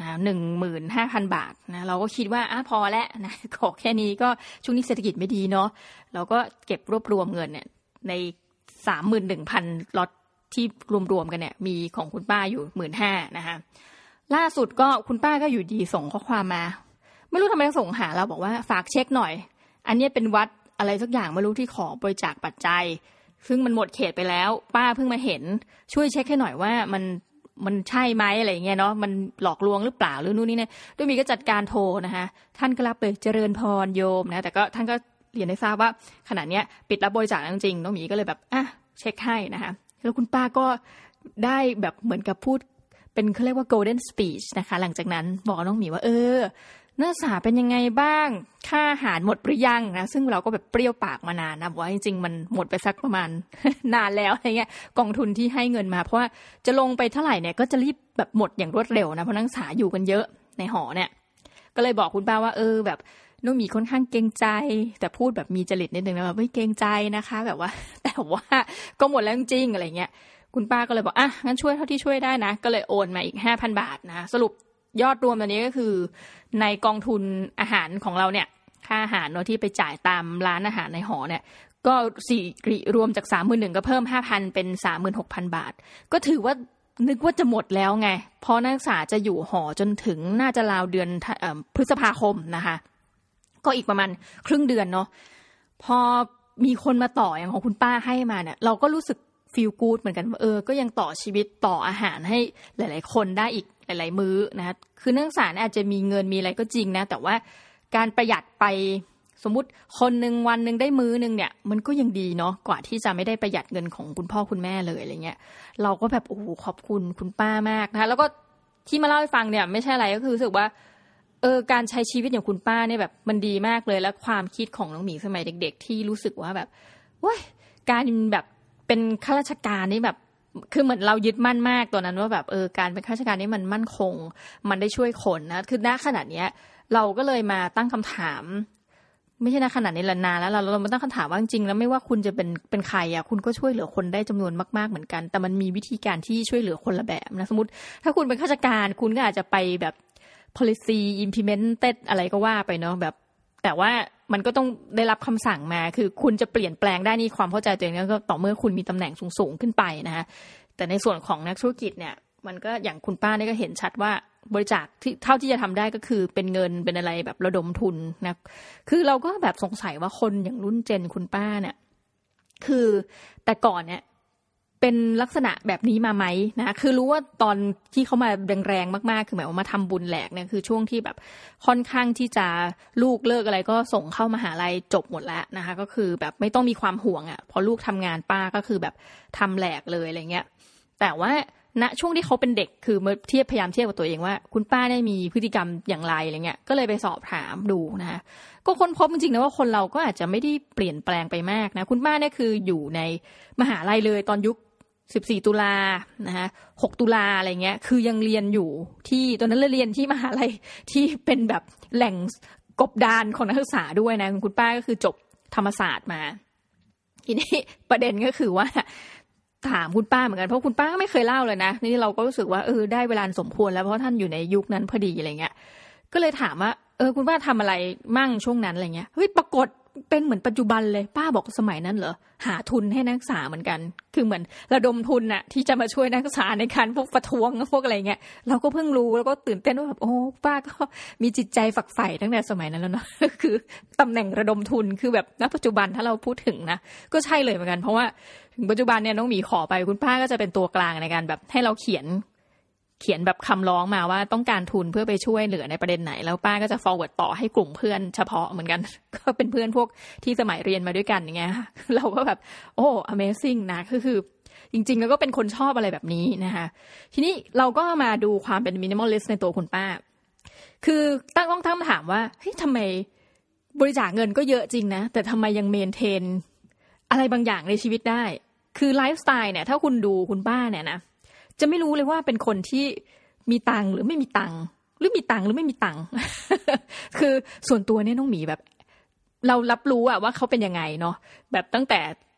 15,000 บาทนะเราก็คิดว่าพอแล้วนะขอแค่นี้ก็ช่วงนี้เศรษฐกิจไม่ดีเนาะเราก็เก็บรวบรวมเงินเนี่ยใน 31,000 ล็อตที่รวมๆกันเนี่ยมีของคุณป้าอยู่ 15,000 นะคะล่าสุดก็คุณป้าก็อยู่ดีส่งข้อความมาไม่รู้ทำไมส่งหาเราบอกว่าฝากเช็คหน่อยอันนี้เป็นวัดอะไรสักอย่างไม่รู้ที่ขอบริจาคปัจจัยซึ่งมันหมดเขตไปแล้วป้าเพิ่งมาเห็นช่วยเช็คให้หน่อยว่ามันใช่ไหมอะไรอย่างเงี้ยเนาะมันหลอกลวงหรือเปล่าหรือนู่นนี่เนี่ยด้วยมีก็จัดการโทรนะคะท่านก็รับเลยเจริญพรโยมนะแต่ก็ท่านก็เรียนให้ทราบว่าขณะนี้ปิดรับบริจาคจริงๆน้องหมีก็เลยแบบเช็คให้นะคะแล้วคุณป้าก็ได้แบบเหมือนกับพูดเป็นเขาเรียกว่า golden speech นะคะหลังจากนั้นบอกน้องหมีว่านักศึกษาเป็นยังไงบ้างค่าอาหารหมดหรือยังนะซึ่งเราก็แบบเปรี้ยวปากมานานนะว่าจริงๆมันหมดไปสักประมาณ นานแล้วอะไรเงี้ยกองทุนที่ให้เงินมาเพราะว่าจะลงไปเท่าไหร่เนี่ยก็จะรีบแบบหมดอย่างรวดเร็วนะเพราะนักศึกษาอยู่กันเยอะในหอเนี่ยก็เลยบอกคุณป้าว่าแบบน้องหมีค่อนข้างเกรงใจแต่พูดแบบมีจริตนิดนึงนะแบบไม่เกรงใจนะคะแบบว่าแต่ว่าก็หมดแล้วจริงๆอะไรเงี้ยคุณป้าก็เลยบอกงั้นช่วยเท่าที่ช่วยได้นะก็เลยโอนมาอีก 5,000 บาทนะสรุปยอดรวมตอนนี้ก็คือในกองทุนอาหารของเราเนี่ยค่าอาหารเนาะที่ไปจ่ายตามร้านอาหารในหอเนี่ยก็รวมจาก 31,000 ก็เพิ่ม 5,000 เป็น 36,000 บาทก็ถือว่านึกว่าจะหมดแล้วไงเพราะนักศึกษาจะอยู่หอจนถึงน่าจะราวเดือนพฤษภาคมนะคะก็อีกประมาณครึ่งเดือนเนาะพอมีคนมาต่ออย่างของคุณป้าให้มาเนี่ยเราก็รู้สึกฟีลกู๊ดเหมือนกันว่าก็ยังต่อชีวิตต่ออาหารให้หลายๆคนได้อีกหลายๆมื้อนะคือนักศึกษาอาจจะมีเงินมีอะไรก็จริงนะแต่ว่าการประหยัดไปสมมุติคนนึงวันนึงได้มื้อนึงเนี่ยมันก็ยังดีเนาะกว่าที่จะไม่ได้ประหยัดเงินของคุณพ่อคุณแม่เลยอะไรเงี้ยเราก็แบบโอ้โหขอบคุณคุณป้ามากนะคะแล้วก็ที่มาเล่าให้ฟังเนี่ยไม่ใช่อะไรก็คือรู้สึกว่าการใช้ชีวิตอย่างคุณป้าเนี่ยแบบมันดีมากเลยแล้วความคิดของน้องหมีสมัยเด็กๆที่รู้สึกว่าแบบว้ยการแบบเป็นข้าราชการนี่แบบคือเหมือนเรายึดมั่นมากตอนนั้นว่าแบบการเป็นข้าราชการนี่มันมั่นคงมันได้ช่วยคนนะคือณขณะเนี้ยเราก็เลยมาตั้งคำถามไม่ใช่ณขณะนี้ละนานแล้วเรามาตั้งคำถามว่าจริงๆแล้วไม่ว่าคุณจะเป็นใครคุณก็ช่วยเหลือคนได้จำนวนมากๆเหมือนกันแต่มันมีวิธีการที่ช่วยเหลือคนละแบบนะสมมติถ้าคุณเป็นข้าราชการคุณก็อาจจะไปแบบ policy implemented อะไรก็ว่าไปเนาะแบบแต่ว่ามันก็ต้องได้รับคำสั่งมาคือคุณจะเปลี่ยนแปลงได้นี่ความเข้าใจตัวเองก็ต่อเมื่อคุณมีตำแหน่งสูงๆขึ้นไปนะคะแต่ในส่วนของนักธุรกิจเนี่ยมันก็อย่างคุณป้านี่ก็เห็นชัดว่าบริจาคที่เท่าที่จะทำได้ก็คือเป็นเงินเป็นอะไรแบบระดมทุนนะคือเราก็แบบสงสัยว่าคนอย่างรุ่นเจนคุณป้าเนี่ยคือแต่ก่อนเนี่ยเป็นลักษณะแบบนี้มาไหมนะคือรู้ว่าตอนที่เขามาแรงๆมากๆคือหมายว่ามาทำบุญแหลกเนี่ยคือช่วงที่แบบค่อนข้างที่จะลูกเลิกอะไรก็ส่งเข้ามหาลัยจบหมดแล้วนะคะก็คือแบบไม่ต้องมีความห่วงพอลูกทำงานป้าก็คือแบบทำแหลกเลยอะไรเงี้ยแต่ว่าณช่วงที่เขาเป็นเด็กคือมาพยายามเทียบกับตัวเองว่าคุณป้าได้มีพฤติกรรมอย่างไรอะไรเงี้ยก็เลยไปสอบถามดูนะคะก็ค้นพบจริงๆนะว่าคนเราก็อาจจะไม่ได้เปลี่ยนแปลงไปมากนะคุณป้าเนี่ยคืออยู่ในมหาลัยเลยตอนยุค14 ตุลานะคะ6 ตุลาอะไรเงี้ยคือยังเรียนอยู่ที่ตอนนั้นเรียนที่มหาลัยที่เป็นแบบแหล่งกบดานของนักศึกษาด้วยนะคุณป้าก็คือจบธรรมศาสตร์มาทีนี้ประเด็นก็คือว่าถามคุณป้าเหมือนกันเพราะคุณป้าก็ไม่เคยเล่าเลยนะนี่เราก็รู้สึกว่าได้เวลาสมควรแล้วเพราะท่านอยู่ในยุคนั้นพอดีอะไรเงี้ยก็เลยถามว่าคุณป้าทำอะไรมั่งช่วงนั้นอะไรเงี้ยเฮ้ยปรากฏเป็นเหมือนปัจจุบันเลยป้าบอกสมัยนั้นเหรอหาทุนให้นักศึกษาเหมือนกันคือเหมือนระดมทุนน่ะที่จะมาช่วยนักศึกษาในการพวกประท้วงพวกอะไรเงี้ยเราก็เพิ่งรู้แล้วก็ตื่นเต้นว่าแบบป้าก็มีจิตใจฝักใฝ่ตั้งแต่สมัยนั้นแล้วเนาะคือตำแหน่งระดมทุนคือแบบณปัจจุบันถ้าเราพูดถึงนะก็ใช่เลยเหมือนกันเพราะว่าถึงปัจจุบันเนี่ยน้องหมีขอไปคุณป้าก็จะเป็นตัวกลางในการแบบให้เราเขียนแบบคำร้องมาว่าต้องการทุนเพื่อไปช่วยเหลือในประเด็นไหนแล้วป้าก็จะ forward ต่อให้กลุ่มเพื่อนเฉพาะเหมือนกันก็เป็นเพื่อนพวกที่สมัยเรียนมาด้วยกันอย่างเงี้ยเราก็แบบamazing นะคือจริงๆแล้วก็เป็นคนชอบอะไรแบบนี้นะคะทีนี้เราก็มาดูความเป็น minimalist ในตัวคุณป้าคือต้องตั้งคำถามว่าเฮ้ยทำไมบริจาคเงินก็เยอะจริงนะแต่ทำไมยังเมนเทนอะไรบางอย่างในชีวิตได้คือไลฟ์สไตล์เนี่ยถ้าคุณดูคุณป้าเนี่ยนะจะไม่รู้เลยว่าเป็นคนที่มีตังค์หรือไม่มีตังค์หรือมีตังค์หรือไม่มีตังค์ คือส่วนตัวเนี่ยน้องหมีแบบเรารับรู้ว่าเขาเป็นยังไงเนาะแบบตั้งแต่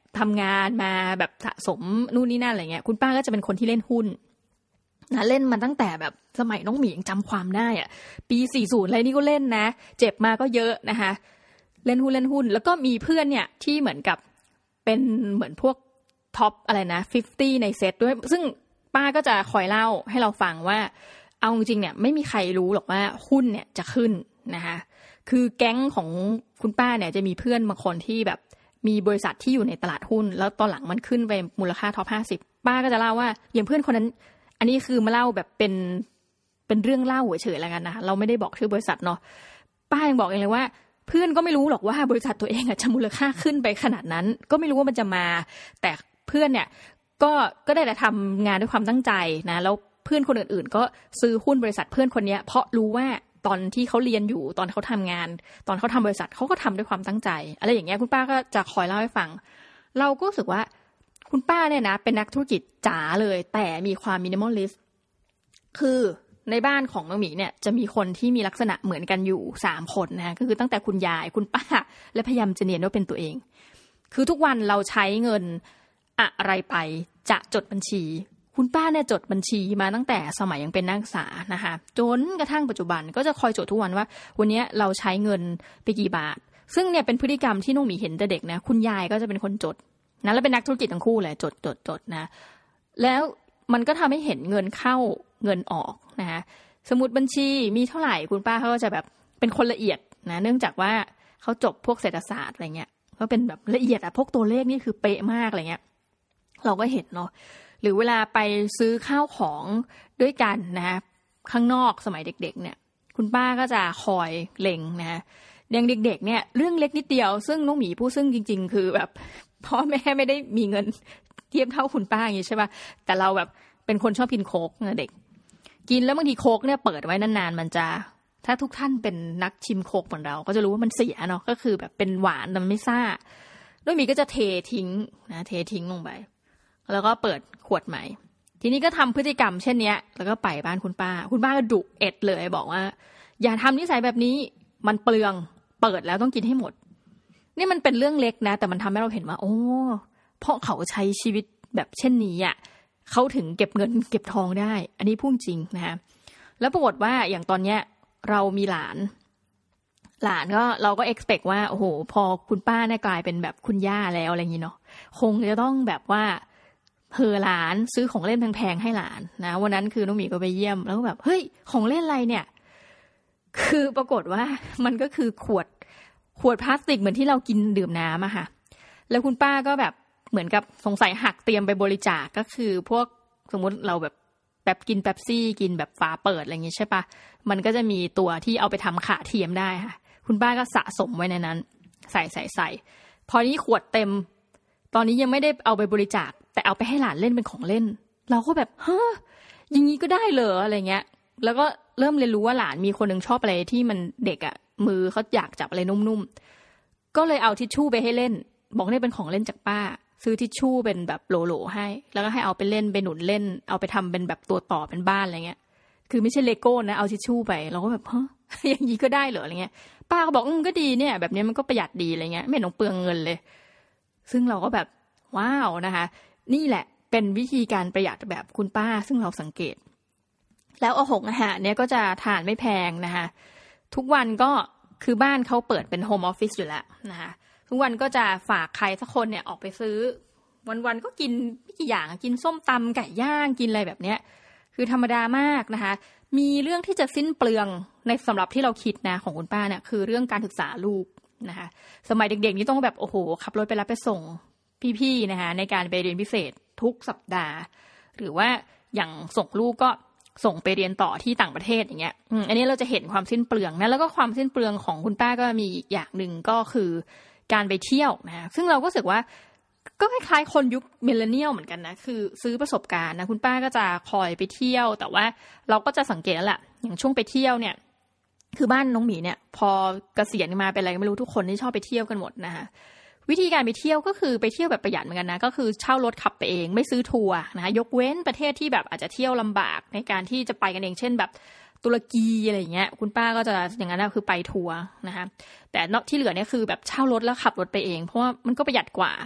ทำงานมาแบบสะสมนู่นนี่นั่นอะไรเงี้ยคุณป้าก็จะเป็นคนที่เล่นหุ้นนะเล่นมาตั้งแต่แบบสมัยน้องหมียังจำความได้อ่ะปี40อะไรนี่ก็เล่นนะเจ็บมาก็เยอะนะคะเล่นหุ้นแล้วก็มีเพื่อนเนี่ยที่เหมือนกับเป็นเหมือนพวกท็อปอะไรนะ50ในเซตด้วยซึ่งป้าก็จะคอยเล่าให้เราฟังว่าเอาจริงๆเนี่ยไม่มีใครรู้หรอกว่าหุ้นเนี่ยจะขึ้นนะคะคือแก๊งของคุณป้าเนี่ยจะมีเพื่อนบางคนที่แบบมีบริษัทที่อยู่ในตลาดหุ้นแล้วตอนหลังมันขึ้นไปมูลค่าท็อป50ป้าก็จะเล่าว่าอย่างเพื่อนคนนั้นอันนี้คือมาเล่าแบบเป็นเรื่องเล่าเฉยๆแล้วกันนะคะเราไม่ได้บอกชื่อบริษัทเนาะป้ายังบอกเองเลยว่าเพื่อนก็ไม่รู้หรอกว่าบริษัทตัวเองจะมูลค่าขึ้นไปขนาดนั้นก็ไม่รู้ว่ามันจะมาแต่เพื่อนเนี่ยก็ได้แต่ทำงานด้วยความตั้งใจนะแล้วเพื่อนคนอื่นๆก็ซื้อหุ้นบริษัทเพื่อนคนนี้เพราะรู้ว่าตอนที่เขาเรียนอยู่ตอนเขาทำงานตอนเขาทำบริษัทเขาก็ทำด้วยความตั้งใจอะไรอย่างเงี้ยคุณป้าก็จะคอยเล่าให้ฟังเราก็รู้สึกว่าคุณป้าเนี่ยนะเป็นนักธุรกิจจ๋าเลยแต่มีความมินิมอลลิสต์คือในบ้านของน้องหมีเนี่ยจะมีคนที่มีลักษณะเหมือนกันอยู่3คนนะคะก็คือตั้งแต่คุณยายคุณป้าและพยายามจะเนียนว่าเป็นตัวเองคือทุกวันเราใช้เงินอะไรไปจะจดบัญชีคุณป้าเนี่ยจดบัญชีมาตั้งแต่สมัยยังเป็นนักศึกษานะคะจนกระทั่งปัจจุบันก็จะคอยจดทุกวันว่าวันนี้เราใช้เงินไปกี่บาทซึ่งเนี่ยเป็นพฤติกรรมที่น้องหมีเห็นแต่เด็กนะคุณยายก็จะเป็นคนจดนะแล้วเป็นนักธุรกิจทั้งคู่เลยจดนะแล้วมันก็ทำให้เห็นเงินเข้าเงินออกนะคะสมุดบัญชีมีเท่าไหร่คุณป้าเขาก็จะแบบเป็นคนละเอียดนะเนื่องจากว่าเขาจบพวกเศรษฐศาสตร์อะไรเงี้ยก็เป็นแบบละเอียดพวกตัวเลขนี่คือเป๊ะมากอะไรเงี้ยเราก็เห็นเนาะหรือเวลาไปซื้อข้าวของด้วยกันนะคะข้างนอกสมัยเด็กๆเนี่ยคุณป้าก็จะคอยเล็งนะอย่างเด็กๆเนี่ยเรื่องเล็กนิดเดียวซึ่งน้องหมีผู้ซึ่งจริงๆคือแบบพ่อแม่ไม่ได้มีเงินเทียบเท่าคุณป้าอย่างนี้ใช่ป่ะแต่เราแบบเป็นคนชอบกินโค้กเด็กกินแล้วบางทีโค้กเนี่ยเปิดไว้นานๆมันจะถ้าทุกท่านเป็นนักชิมโค้กเหมือนเราก็จะรู้ว่ามันเสียเนาะก็คือแบบเป็นหวานแต่มันไม่ซ่าน้องหมีก็จะเททิ้งนะเททิ้งลงไปแล้วก็เปิดขวดใหม่ทีนี้ก็ทำพฤติกรรมเช่นนี้แล้วก็ไปบ้านคุณป้าก็ดุเอ็ดเลยบอกว่าอย่าทำนิสัยแบบนี้มันเปลืองเปิดแล้วต้องกินให้หมดนี่มันเป็นเรื่องเล็กนะแต่มันทำให้เราเห็นว่าโอ้เพราะเขาใช้ชีวิตแบบเช่นนี้อ่ะเขาถึงเก็บเงินเก็บทองได้อันนี้พูดจริงนะคะแล้วปรากฏว่าอย่างตอนเนี้ยเรามีหลานก็เราก็ expect ว่าโอ้โหพอคุณป้าเนี่ยกลายเป็นแบบคุณย่าแล้วอะไรอย่างนี้เนาะคงจะต้องแบบว่าหลานซื้อของเล่นแพงๆให้หลานนะวันนั้นคือน้องหมีก็ไปเยี่ยมแล้วก็แบบเฮ้ยของเล่นอะไรเนี่ยคือปรากฏว่ามันก็คือขวดพลาสติกเหมือนที่เรากินดื่มน้ำอะค่ะแล้วคุณป้าก็แบบเหมือนกับสงสัยหักเตรียมไปบริจาคก็คือพวกสมมุติเราแบบกินเป๊ปซี่กินแบบฝาเปิดอะไรอย่างงี้ใช่ปะมันก็จะมีตัวที่เอาไปทำขาเทียมได้ค่ะคุณป้าก็สะสมไว้ในนั้นใส่พอนี้ขวดเต็มตอนนี้ยังไม่ได้เอาไปบริจาคแต่เอาไปให้หลานเล่นเป็นของเล่นเราก็แบบฮะอย่างนี้ก็ได้เหรออะไรเงี้ยแล้วก็เริ่มเรียนรู้ว่าหลานมีคนนึงชอบอะไรที่มันเด็กอ่ะมือเขาอยากจับอะไรนุ่มๆก็เลยเอาทิชชู่ไปให้เล่นบอกนี่เป็นของเล่นจากป้าซื้อทิชชู่เป็นแบบโหลๆให้แล้วก็ให้เอาไปเล่นไปหนุนเล่นเอาไปทำเป็นแบบตัวต่อเป็นบ้านอะไรเงี้ยคือไม่ใช่เลโก้นะเอาทิชชู่ไปเราก็แบบฮะอย่างนี้ก็ได้เหรออะไรเงี้ยป้าก็บอกก็ดีเนี่ยแบบนี้มันก็ประหยัดดีอะไรเงี้ยไม่ต้องเปลืองเงินเลยซึ่งเราก็แบบว้าวนะคะนี่แหละเป็นวิธีการประหยัดแบบคุณป้าซึ่งเราสังเกตแล้วอาหารเนี่ยก็จะทานไม่แพงนะคะทุกวันก็คือบ้านเขาเปิดเป็นโฮมออฟฟิศอยู่แล้วนะคะทุกวันก็จะฝากใครสักคนเนี่ยออกไปซื้อวันๆก็กินไม่กี่อย่างกินส้มตำไก่ย่างกินอะไรแบบเนี้ยคือธรรมดามากนะคะมีเรื่องที่จะสิ้นเปลืองในสำหรับที่เราคิดนะของคุณป้าเนี่ยคือเรื่องการศึกษาลูกนะคะสมัยเด็กๆนี่ต้องแบบโอ้โหขับรถไปรับไปส่งพี่ๆนะคะในการไปเรียนพิเศษทุกสัปดาห์หรือว่าอย่างส่งลูกก็ส่งไปเรียนต่อที่ต่างประเทศอย่างเงี้ยอันนี้เราจะเห็นความสิ้นเปลืองนะแล้วก็ความสิ้นเปลืองของคุณป้าก็มีอีกอย่างหนึ่งก็คือการไปเที่ยวนะซึ่งเราก็รู้สึกว่าก็คล้ายๆคนยุคมิลเลนเนียลเหมือนกันนะคือซื้อประสบการณ์นะคุณป้าก็จะคอยไปเที่ยวแต่ว่าเราก็จะสังเกตแล้วแหละอย่างช่วงไปเที่ยวเนี่ยคือบ้านน้องหมีเนี่ยพอเกษียณมาเป็นอะไรไม่รู้ทุกคนที่ชอบไปเที่ยวกันหมดนะคะวิธีการไปเที่ยวก็คือไปเที่ยวแบบประหยัดเหมือนกันนะก็คือเช่ารถขับไปเองไม่ซื้อทัวร์นะคะยกเว้นประเทศที่แบบอาจจะเที่ยวลำบากในการที่จะไปกันเองเช่นแบบตุรกีอะไรอย่างเงี้ยคุณป้าก็จะอย่างนั้นคือไปทัวร์นะคะแต่นอกที่เหลือเนี่ยคือแบบเช่ารถแล้วขับรถไปเองเพราะว่ามันก็ประหยัดกว่า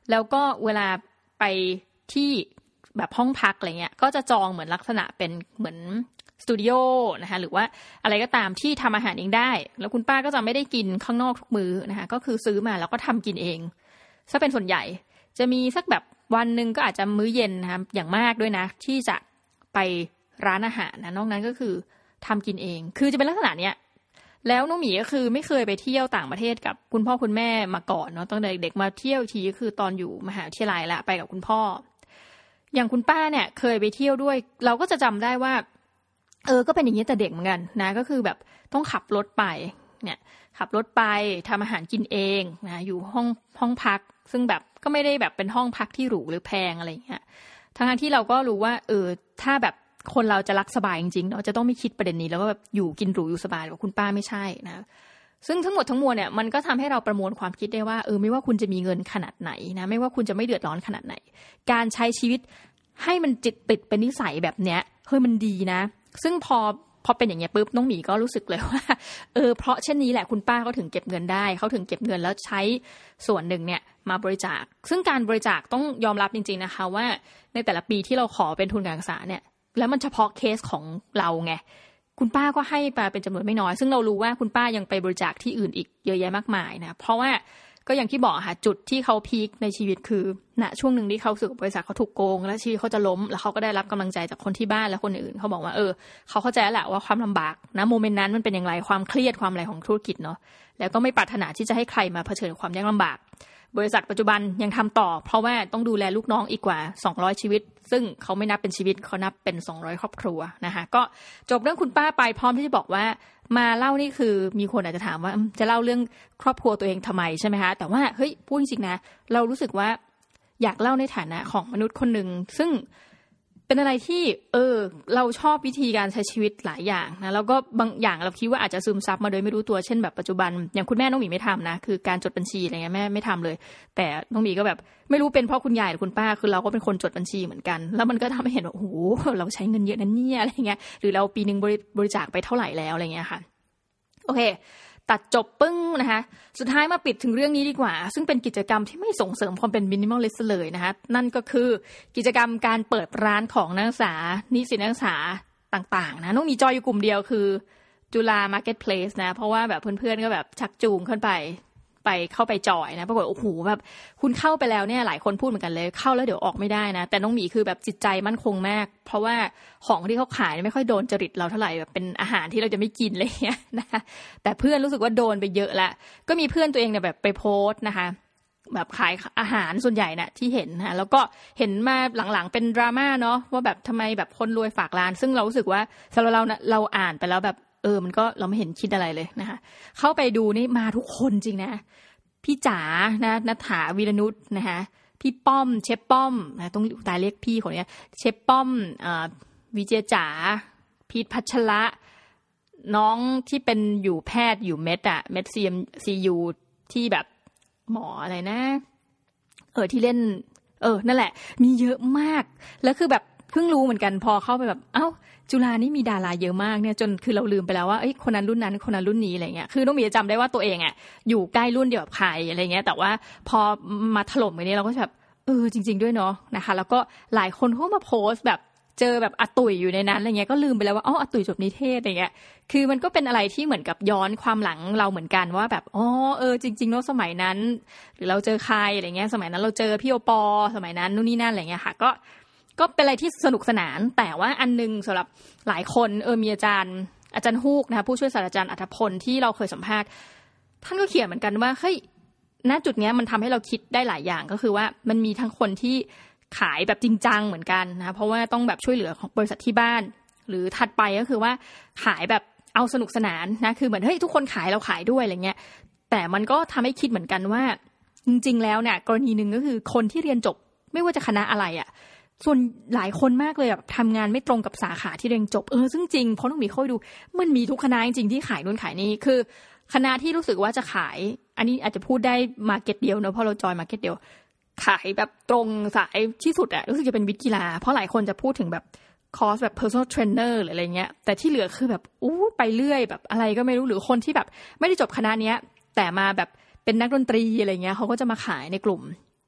แล้วก็เวลาไปที่แบบห้องพักอะไรเงี้ยก็จะจองเหมือนลักษณะเป็นเหมือนสตูดิโอนะคะหรือว่าอะไรก็ตามที่ทำอาหารเองได้แล้วคุณป้าก็จะไม่ได้กินข้างนอกทุกมื้อนะคะก็คือซื้อมาแล้วก็ทำกินเองซะเป็นส่วนใหญ่จะมีสักแบบวันนึงก็อาจจะมื้อเย็นนะคะอย่างมากด้วยนะที่จะไปร้านอาหารนะนอกนั้นก็คือทำกินเองคือจะเป็นลักษณะเนี้ยแล้วน้องหมีก็คือไม่เคยไปเที่ยวต่างประเทศกับคุณพ่อคุณแม่มาก่อนเนาะตั้งแต่เด็กมาเที่ยวทีก็คือตอนอยู่มหาวิทยาลัยละไปกับคุณพ่ออย่างคุณป้าเนี่ยเคยไปเที่ยวด้วยเราก็จะจำได้ว่าก็เป็นอย่างนี้แต่เด็กเหมือนกันนะก็คือแบบต้องขับรถไปเนี่ยขับรถไปทำอาหารกินเองนะอยู่ห้องพักซึ่งแบบก็ไม่ได้แบบเป็นห้องพักที่หรูหรือแพงอะไรอย่างเงี้ยทั้งที่เราก็รู้ว่าถ้าแบบคนเราจะรักสบายจริงๆเนาะจะต้องไม่คิดประเด็นนี้แล้วก็แบบอยู่กินหรูอยู่สบายแบบคุณป้าไม่ใช่นะซึ่งทั้งหมดทั้งมวลเนี่ยมันก็ทำให้เราประมวลความคิดได้ว่าไม่ว่าคุณจะมีเงินขนาดไหนนะไม่ว่าคุณจะไม่เดือดร้อนขนาดไหนการใช้ชีวิตให้มันจิตติดเป็นนิสัยแบบเนี้ยเฮ้ยมันดีนะซึ่งพอเป็นอย่างเงี้ยปุ๊บน้องหมีก็รู้สึกเลยว่าเพราะเช่นนี้แหละคุณป้าเขาถึงเก็บเงินได้เขาถึงเก็บเงินแล้วใช้ส่วนหนึ่งเนี่ยมาบริจาคซึ่งการบริจาคต้องยอมรับจริงๆนะคะว่าในแต่ละปีที่เราขอเป็นทุนการศึกษาเนี่ยแล้วมันเฉพาะเคสของเราไงคุณป้าก็ให้มาเป็นจำนวนไม่น้อยซึ่งเรารู้ว่าคุณป้ายังไปบริจาคที่อื่นอีกเยอะแยะมากมายนะเพราะว่าก็อย่างที่บอกค่ะจุดที่เขาพีคในชีวิตคือณช่วงหนึ่งที่เขารู้สึกบริษัทเขาถูกโกงและชีวิตเขาจะล้มแล้วเขาก็ได้รับกำลังใจจากคนที่บ้านและคนอื่นเขาบอกว่าเขาเข้าใจแหละว่าความลำบากนะโมเมนต์นั้นมันเป็นอย่างไรความเครียดความอะไรของธุรกิจเนาะแล้วก็ไม่ปรารถนาที่จะให้ใครมาเผชิญความยากลำบากบริษัทปัจจุบันยังทำต่อเพราะว่าต้องดูแลลูกน้องอีกกว่า200ชีวิตซึ่งเขาไม่นับเป็นชีวิตเขานับเป็น200ครอบครัวนะคะก็จบเรื่องคุณป้าไปพร้อมที่จะบอกว่ามาเล่านี่คือมีคนอาจจะถามว่าจะเล่าเรื่องครอบครัวตัวเองทำไมใช่ไหมคะแต่ว่าเฮ้ยพูดจริงๆนะเรารู้สึกว่าอยากเล่าในฐานะของมนุษย์คนหนึ่งซึ่งเป็นอะไรที่เราชอบวิธีการใช้ชีวิตหลายอย่างนะแล้วก็บางอย่างเราคิดว่าอาจจะซึมซับมาโดยไม่รู้ตัวเช่นแบบปัจจุบันอย่างคุณแม่น้องหมีไม่ทำนะคือการจดบัญชีอะไรเงี้ยแม่ไม่ทำเลยแต่น้องหมีก็แบบไม่รู้เป็นเพราะคุณยายหรือคุณป้าคือเราก็เป็นคนจดบัญชีเหมือนกันแล้วมันก็ทำให้เห็นว่าโอ้โหเราใช้เงินเยอะนั่นเนี่ยอะไรเงี้ยหรือเราปีนึงบริจาคไปเท่าไหร่แล้วอะไรเงี้ยค่ะโอเคตัดจบปึ้งนะคะสุดท้ายมาปิดถึงเรื่องนี้ดีกว่าซึ่งเป็นกิจกรรมที่ไม่ส่งเสริมความเป็นมินิมอลลิสต์เลยนะคะนั่นก็คือกิจกรรมการเปิดร้านของนักศึกษานิสิตนักศึกษาต่างๆนะน้องมีจอยอยู่กลุ่มเดียวคือจุฬามาร์เก็ตเพลสนะเพราะว่าแบบเพื่อนๆก็แบบชักจูงขึ้นไปเข้าไปจอยนะปรากฏโอ้โหแบบคุณเข้าไปแล้วเนี่ยหลายคนพูดเหมือนกันเลยเข้าแล้วเดี๋ยวออกไม่ได้นะแต่น้องหมีคือแบบจิตใจมั่นคงมากเพราะว่าของที่เขาขายไม่ค่อยโดนจริตเราเท่าไหร่แบบเป็นอาหารที่เราจะไม่กินอะไรเงี้ยนะคะแต่เพื่อนรู้สึกว่าโดนไปเยอะละก็มีเพื่อนตัวเองเนี่ยแบบไปโพสต์นะคะแบบขายอาหารส่วนใหญ่น่ะที่เห็นนะแล้วก็เห็นมาหลังๆเป็นดราม่าเนาะว่าแบบทำไมแบบคนรวยฝากร้านซึ่งเรารู้สึกว่าสำหรับเรานะเราอ่านไปแล้วแบบมันก็เราไม่เห็นคิดอะไรเลยนะคะเข้าไปดูนี่มาทุกคนจริงนะพี่จ๋านะณัฐาวีรนุชนะคะพี่ป้อมเชฟป้อมนะต้องตายเรียกพี่คนนี้เชฟป้อมวิเจจ๋าพีทพัชระน้องที่เป็นอยู่แพทย์อยู่เม็ดCMCUที่แบบหมออะไรนะที่เล่นนั่นแหละมีเยอะมากแล้วคือแบบเพิ่งรู้เหมือนกันพอเข้าไปแบบจุฬานี่มีดาราเยอะมากเนี่ยจนคือเราลืมไปแล้วว่าคนนั้นรุ่นนั้นคนนั้นรุ่นนี้อะไรเงี้ยคือน้องมีจำได้ว่าตัวเองอ่ะอยู่ใกล้รุ่นเดียวกับใครอะไรเงี้ยแต่ว่าพอมาถล่มกันนี้เราก็แบบจริงๆด้วยเนาะนะคะแล้วก็หลายคนเขามาโพสต์แบบเจอแบบอาตุ๋ยอยู่ในนั้นอะไรเงี้ยก็ลืมไปแล้วว่าอาตุ๋ยจบนิเทศอะไรเงี้ยคือมันก็เป็นอะไรที่เหมือนกับย้อนความหลังเราเหมือนกันว่าแบบจริงๆเนาะสมัยนั้นหรือเราเจอใครอะไรเงี้ยสมัยนั้นเราเจอพี่โอปอสมัยนั้นนู่นนี่นั่นอะไรเงี้ยค่ะก็เป็นอะไรที่สนุกสนานแต่ว่าอันนึงสำหรับหลายคนมีอาจารย์ฮูกนะคะผู้ช่วยศาสตราจารย์อัธพลที่เราเคยสัมภาษณ์ท่านก็เขียนเหมือนกันว่าเฮ้ยณจุดนี้มันทำให้เราคิดได้หลายอย่างก็คือว่ามันมีทั้งคนที่ขายแบบจริงจังเหมือนกันนะเพราะว่าต้องแบบช่วยเหลือของบริษัทที่บ้านหรือถัดไปก็คือว่าขายแบบเอาสนุกสนานนะคือเหมือนเฮ้ยทุกคนขายเราขายด้วยอะไรเงี้ยแต่มันก็ทำให้คิดเหมือนกันว่าจริงๆแล้วเนี่ยกรณีนึงก็คือคนที่เรียนจบไม่ว่าจะคณะอะไรอ่ะส่วนหลายคนมากเลยแบบทำงานไม่ตรงกับสาขาที่เรียนจบซึ่งจริงเพราะต้องมีเข้าไปดูมันมีทุกคณะจริงๆที่ขายนู่นขายนี่คือคณะที่รู้สึกว่าจะขายอันนี้อาจจะพูดได้มาร์เก็ตเดียวเนอะเพราะเราจอยมาร์เก็ตเดียวขายแบบตรงสายที่สุดรู้สึกจะเป็นวิทย์กีฬาเพราะหลายคนจะพูดถึงแบบคอร์สแบบ personal trainer หรืออะไรเงี้ยแต่ที่เหลือคือแบบไปเรื่อยแบบอะไรก็ไม่รู้หรือคนที่แบบไม่ได้จบคณะเนี้ยแต่มาแบบเป็นนักดนตรีอะไรเงี้ยเขาก็จะมาขายในกลุ่ม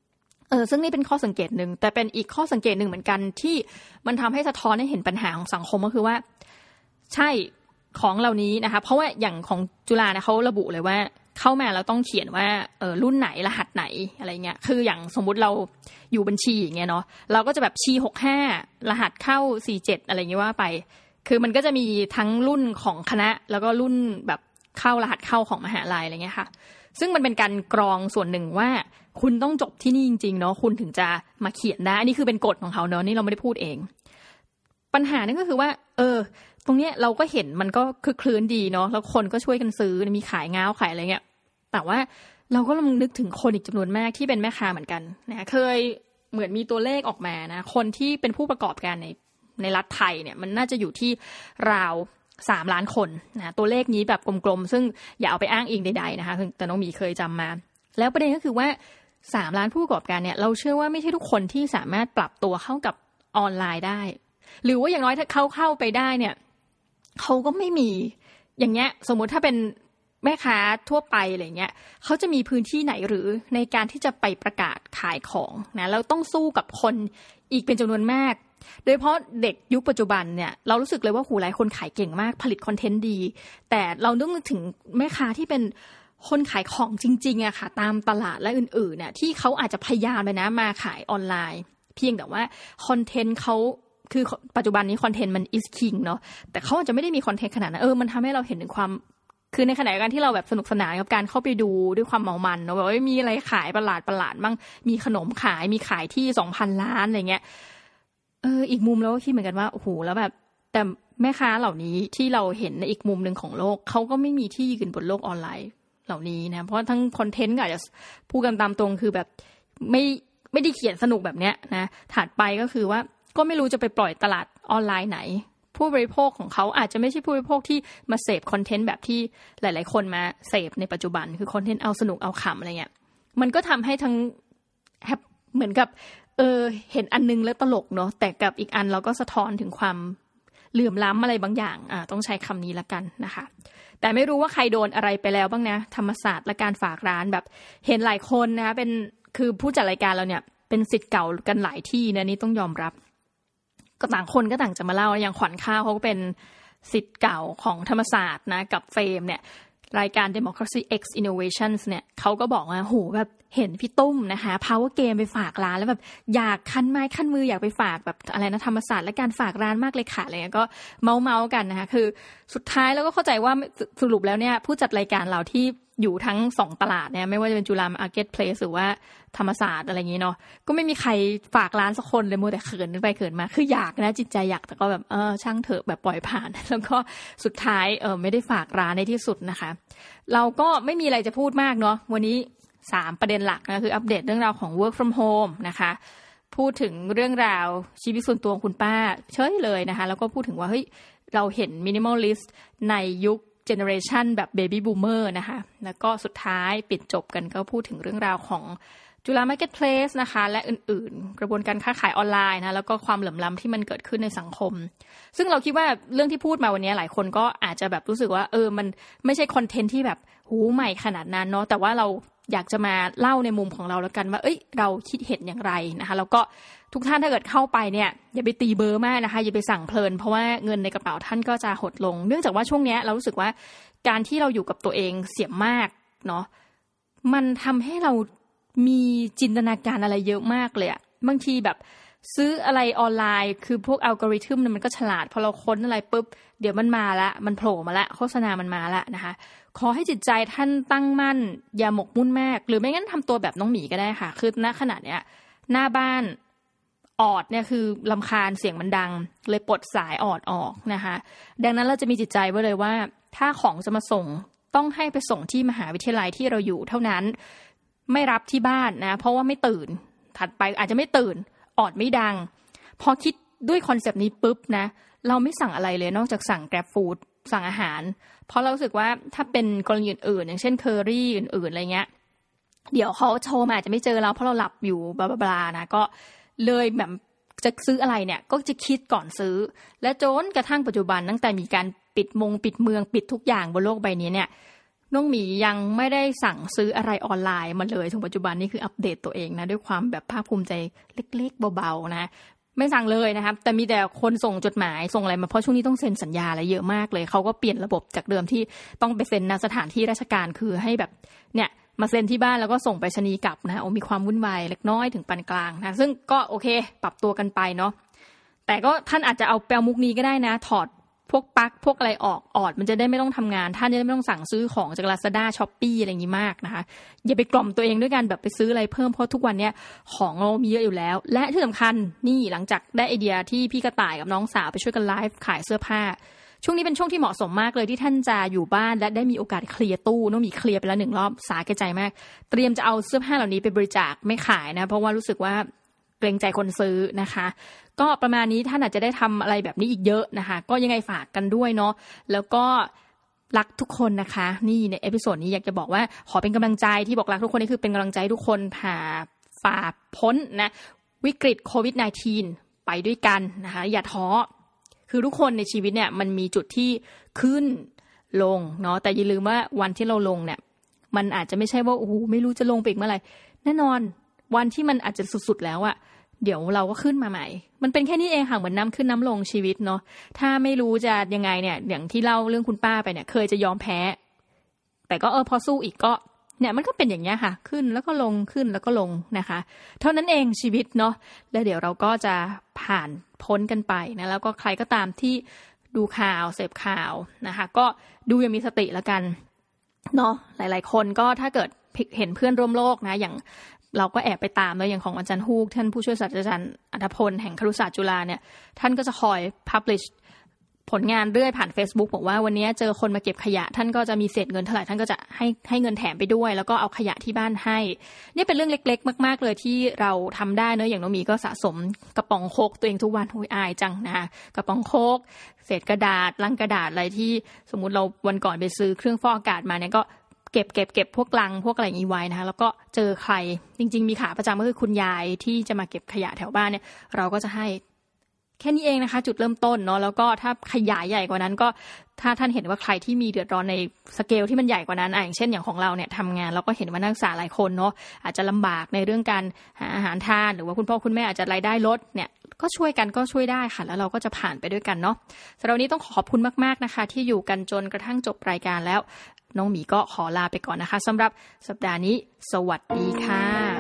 ซึ่งนี่เป็นข้อสังเกตหนึ่งแต่เป็นอีกข้อสังเกตหนึ่งเหมือนกันที่มันทำให้สะท้อนให้เห็นปัญหาของสังคมก็คือว่าใช่ของเหล่านี้นะคะเพราะว่าอย่างของจุฬานะเขาระบุเลยว่าเข้ามาแล้วต้องเขียนว่ารุ่นไหนรหัสไหนอะไรเงี้ยคืออย่างสมมุติเราอยู่บัญชีอย่างเงี้ยเนาะเราก็จะแบบชี65รหัสเข้า47อะไรเงี้ยว่าไปคือมันก็จะมีทั้งรุ่นของคณะแล้วก็รุ่นแบบเข้ารหัสเข้าของมหาลัยอะไรเงี้ยค่ะซึ่งมันเป็นการกรองส่วนหนึ่งว่าคุณต้องจบที่นี่จริงๆเนาะคุณถึงจะมาเขียนได้อันนี้คือเป็นกฎของเขาเนาะนี่เราไม่ได้พูดเองปัญหานั่นก็คือว่าตรงเนี้ยเราก็เห็นมันก็คลื้นดีเนาะแล้วคนก็ช่วยกันซื้อมีขายง้าวขายอะไรเงี้ยแต่ว่าเราก็ลองนึกถึงคนอีกจำนวนมากที่เป็นแม่ค้าเหมือนกันนะเคยเหมือนมีตัวเลขออกมานะคนที่เป็นผู้ประกอบการในรัฐไทยเนี่ยมันน่าจะอยู่ที่ราว3 ล้านคนนะตัวเลขนี้แบบกลมๆซึ่งอย่าเอาไปอ้างอิงใดๆนะคะแต่น้องหมีเคยจำมาแล้วประเด็นก็คือว่า3 ล้านผู้ประกอบการเนี่ยเราเชื่อว่าไม่ใช่ทุกคนที่สามารถปรับตัวเข้ากับออนไลน์ได้หรือว่าอย่างน้อยถ้าเขาเข้าไปได้เนี่ยเขาก็ไม่มีอย่างเงี้ยสมมุติถ้าเป็นแม่ค้าทั่วไปอะไรเงี้ยเขาจะมีพื้นที่ไหนหรือในการที่จะไปประกาศขายของนะแล้วต้องสู้กับคนอีกเป็นจำนวนมากโดยเฉพาะเด็กยุคปัจจุบันเนี่ยเรารู้สึกเลยว่าหลายคนขายเก่งมากผลิตคอนเทนต์ดีแต่เราต้องนึกถึงแม่ค้าที่เป็นคนขายของจริงๆอะค่ะตามตลาดและอื่นๆเนี่ยที่เขาอาจจะพยายามเลยนะมาขายออนไลน์เพียงแต่ว่าคอนเทนต์เขาคือปัจจุบันนี้คอนเทนต์มัน is king เนาะแต่เขาอาจจะไม่ได้มีคอนเทนต์ขนาดนั้นมันทำให้เราเห็นถึงความคือในขณะเดียวกันที่เราแบบสนุกสนานกับการเข้าไปดูด้วยความเมามันเนาะแบบว่ามีอะไรขายประหลาดบ้างมีขนมขายมีขายที่ 2,000 ล้านอะไรเงี้ยอีกมุมเราก็คิดเหมือนกันว่าโอ้โหแล้วแบบแต่แม่ค้าเหล่านี้ที่เราเห็นในอีกมุมนึงของโลกเขาก็ไม่มีที่ยืนบนโลกออนไลน์เหล่านี้นะเพราะทั้งคอนเทนต์ก็อาจจะพูดกันตามตรงคือแบบไม่ได้เขียนสนุกแบบเนี้ยนะถัดไปก็คือว่าก็ไม่รู้จะไปปล่อยตลาดออนไลน์ไหนผู้บริโภคของเขาอาจจะไม่ใช่ผู้บริโภคที่มาเสพคอนเทนต์แบบที่หลายๆคนมาเสพในปัจจุบันคือคอนเทนต์เอาสนุกเอาขำอะไรเงี้ยมันก็ทำให้ทั้งเหมือนกับเห็นอันนึงแล้วตลกเนาะแต่กับอีกอันเราก็สะท้อนถึงความเหลื่อมล้ำอะไรบางอย่างต้องใช้คำนี้ละกันนะคะแต่ไม่รู้ว่าใครโดนอะไรไปแล้วบ้างนะธรรมศาสตร์และการฝากร้านแบบเห็นหลายคนนะเป็นคือผู้จัดรายการเราเนี่ยเป็นศิษย์เก่ากันหลายที่นะนี่ต้องยอมรับก็ต่างคนก็ต่างจะมาเล่าอย่างขวัญข้าวเขาก็เป็นศิษย์เก่าของธรรมศาสตร์นะกับเฟรมเนี่ยรายการ Democracy X Innovations เนี่ยเขาก็บอกว่าโหแบบเห็นพี่ตุ้มนะคะ Power Game ไปฝากร้านแล้วแบบอยากคันไม้คันมืออยากไปฝากแบบอะไรนะธรรมศาสตร์และการฝากร้านมากเลยค่ะอะไรเงี้ยก็เมาๆกันนะคะคือสุดท้ายแล้วก็เข้าใจว่าสรุปแล้วเนี่ยผู้จัดรายการเราที่อยู่ทั้ง2ตลาดเนี่ยไม่ว่าจะเป็นจุฬา Market Place หรือว่าธรรมศาสตร์อะไรอย่างงี้เนาะก็ไม่มีใครฝากร้านสักคนเลยมัวแต่เขินไปเขินมาคืออยากนะจิตใจอยากแต่ก็แบบช่างเถอะแบบปล่อยผ่านแล้วก็สุดท้ายไม่ได้ฝากร้านในที่สุดนะคะเราก็ไม่มีอะไรจะพูดมากเนาะวันนี้3ประเด็นหลักนะคืออัปเดตเรื่องราวของ work from home นะคะพูดถึงเรื่องราวชีวิตส่วนตัวของคุณป้าเฉยเลยนะคะแล้วก็พูดถึงว่าเฮ้ยเราเห็น minimalist ในยุคเจเนอเรชันแบบเบบี้บูมเมอร์นะคะแล้วก็สุดท้ายปิดจบกันก็พูดถึงเรื่องราวของจุฬา Market Place นะคะและอื่นๆกระบวนการค้าขายออนไลน์นะแล้วก็ความเหลื่อมล้ำที่มันเกิดขึ้นในสังคมซึ่งเราคิดว่าเรื่องที่พูดมาวันนี้หลายคนก็อาจจะแบบรู้สึกว่ามันไม่ใช่คอนเทนต์ที่แบบหูใหม่ขนาดนั้นเนาะแต่ว่าเราอยากจะมาเล่าในมุมของเราแล้วกันว่าเราคิดเห็นอย่างไรนะคะแล้วก็ทุกท่านถ้าเกิดเข้าไปเนี่ยอย่าไปตีเบอร์มากนะคะอย่าไปสั่งเพลินเพราะว่าเงินในกระเป๋าท่านก็จะหดลงเนื่องจากว่าช่วงนี้เรารู้สึกว่าการที่เราอยู่กับตัวเองเสี่ยงมากเนาะมันทำให้เรามีจินตนาการอะไรเยอะมากเลยอะบางทีแบบซื้ออะไรออนไลน์คือพวกอัลกอริทึมมันก็ฉลาดพอเราค้นอะไรปุ๊บเดี๋ยวมันมาละมันโผล่มาละโฆษณามันมาละนะคะขอให้จิตใจท่านตั้งมั่นอย่าหมกมุ่นมากหรือไม่งั้นทำตัวแบบน้องหมีก็ได้ค่ะคือณขณะเนี้ยหน้าบ้านออดเนี่ยคือรำคาญเสียงมันดังเลยปลดสายออดออกนะคะดังนั้นเราจะมีจิตใจไว้เลยว่าถ้าของจะมาส่งต้องให้ไปส่งที่มหาวิทยาลัยที่เราอยู่เท่านั้นไม่รับที่บ้านนะเพราะว่าไม่ตื่นถัดไปอาจจะไม่ตื่นออดไม่ดังพอคิดด้วยคอนเซปต์นี้ปุ๊บนะเราไม่สั่งอะไรเลยนอกจากสั่ง Grab Food สั่งอาหารเพราะเรารู้สึกว่าถ้าเป็นกรณีอื่นๆอย่างเช่นเคอรี่อื่นๆอะไรเงี้ยเดี๋ยวเขาโทรมาอาจจะไม่เจอเราเพราะเราหลับอยู่บลาๆนะก็เลยแบบจะซื้ออะไรเนี่ยก็จะคิดก่อนซื้อและจนกระทั่งปัจจุบันตั้งแต่มีการปิดเมืองปิดทุกอย่างบนโลกใบนี้เนี่ยน้องหมียังไม่ได้สั่งซื้ออะไรออนไลน์มาเลยถึงปัจจุบันนี่คืออัปเดตตัวเองนะด้วยความแบบภาคภูมิใจเล็กๆเบาๆนะไม่สั่งเลยนะครับแต่มีแต่คนส่งจดหมายส่งอะไรมาเพราะช่วงนี้ต้องเซ็นสัญญาอะไรเยอะมากเลยเขาก็เปลี่ยนระบบจากเดิมที่ต้องไปเซ็นณสถานที่ราชการคือให้แบบเนี่ยมาเซ็นที่บ้านแล้วก็ส่งไปรษณีย์กลับนะมีความวุ่นวายเล็กน้อยถึงปานกลางนะซึ่งก็โอเคปรับตัวกันไปเนาะแต่ก็ท่านอาจจะเอาแปลมุกนี้ก็ได้นะถอดพวกปลั๊กพวกอะไรออกมันจะได้ไม่ต้องทำงานท่านจะได้ไม่ต้องสั่งซื้อของจาก Lazada Shopee อะไรอย่างนี้มากนะคะอย่าไปกล่อมตัวเองด้วยการแบบไปซื้ออะไรเพิ่มเพราะทุกวันนี้ของเรามีเยอะอยู่แล้วและที่สำคัญนี่หลังจากได้ไอเดียที่พี่กระต่ายกับน้องสาวไปช่วยกันไลฟ์ขายเสื้อผ้าช่วงนี้เป็นช่วงที่เหมาะสมมากเลยที่ท่านจะอยู่บ้านและได้มีโอกาสเคลียร์ตู้น้องมีเคลียร์ไปแล้ว1 รอบสาแก่ใจมากเตรียมจะเอาเสื้อผ้าเหล่านี้ไปบริจาคไม่ขายนะเพราะว่ารู้สึกว่าเกรงใจคนซื้อนะคะก็ประมาณนี้ท่านอาจจะได้ทำอะไรแบบนี้อีกเยอะนะคะก็ยังไงฝากกันด้วยเนาะแล้วก็รักทุกคนนะคะนี่ในเอพิโซดนี้อยากจะบอกว่าขอเป็นกำลังใจที่บอกรักทุกคนนี่คือเป็นกำลังใจทุกคนฝ่าพ้นนะวิกฤตโควิด -19 ไปด้วยกันนะคะอย่าท้อคือทุกคนในชีวิตเนี่ยมันมีจุดที่ขึ้นลงเนาะแต่อย่าลืมว่าวันที่เราลงเนี่ยมันอาจจะไม่ใช่ว่าโอ้โหไม่รู้จะลงไปอีกเมื่อไหร่แน่นอนวันที่มันอาจจะสุดๆแล้วอะเดี๋ยวเราก็ขึ้นมาใหม่มันเป็นแค่นี้เองค่ะเหมือนน้ำขึ้นน้ำลงชีวิตเนาะถ้าไม่รู้จะยังไงเนี่ยอย่างที่เล่าเรื่องคุณป้าไปเนี่ยเคยจะยอมแพ้แต่ก็พอสู้อีกก็เนี่ยมันก็เป็นอย่างเงี้ยค่ะขึ้นแล้วก็ลงขึ้นแล้วก็ลงนะคะเท่านั้นเองชีวิตเนาะแล้วเดี๋ยวเราก็จะผ่านพ้นกันไปนะแล้วก็ใครก็ตามที่ดูข่าวเสพข่าวนะคะก็ดูยังมีสติแล้วกันเนาะหลายๆคนก็ถ้าเกิดเห็นเพื่อนร่วมโลกนะอย่างเราก็แอบไปตามเลยอย่างของอาจารย์ฮูกท่านผู้ช่วยศาสตราจารย์อัธพลแห่งครุศาสตร์จุฬาเนี่ยท่านก็จะคอย publish ผลงานเรื่อยผ่าน Facebook บอกว่าวันนี้เจอคนมาเก็บขยะท่านก็จะมีเศษเงินเท่าไหร่ท่านก็จะให้เงินแถมไปด้วยแล้วก็เอาขยะที่บ้านให้นี่เป็นเรื่องเล็กๆมากๆเลยที่เราทำได้เนอะอย่างน้องมีก็สะสมกระป๋องโค้กตัวเองทุกวันโอยอายจังนะคะกระป๋องโค้กเศษกระดาษลังกระดาษอะไรที่สมมุติเราวันก่อนไปซื้อเครื่องฟอกอากาศมาเนี่ยก็เก็บพวกลังพวกอะไรอย่างนี้ไว้นะคะแล้วก็เจอใครจริงๆมีขาประจำก็คือคุณยายที่จะมาเก็บขยะแถวบ้านเนี่ยเราก็จะให้แค่นี้เองนะคะจุดเริ่มต้นเนาะแล้วก็ถ้าขยายใหญ่กว่านั้นก็ถ้าท่านเห็นว่าใครที่มีเดือดร้อนในสเกลที่มันใหญ่กว่านั้นอย่างเช่นอย่างของเราเนี่ยทำงานเราก็เห็นว่านักศึกษาหลายคนเนาะอาจจะลำบากในเรื่องการหาอาหารทานหรือว่าคุณพ่อคุณแม่อาจจะรายได้ลดเนี่ยก็ช่วยกันก็ช่วยได้ค่ะแล้วเราก็จะผ่านไปด้วยกันเนาะสำหรับวันนี้ต้องขอบคุณมากๆนะคะที่อยู่กันจนกระทั่งจบรายการแล้วน้องหมีก็ขอลาไปก่อนนะคะสำหรับสัปดาห์นี้สวัสดีค่ะ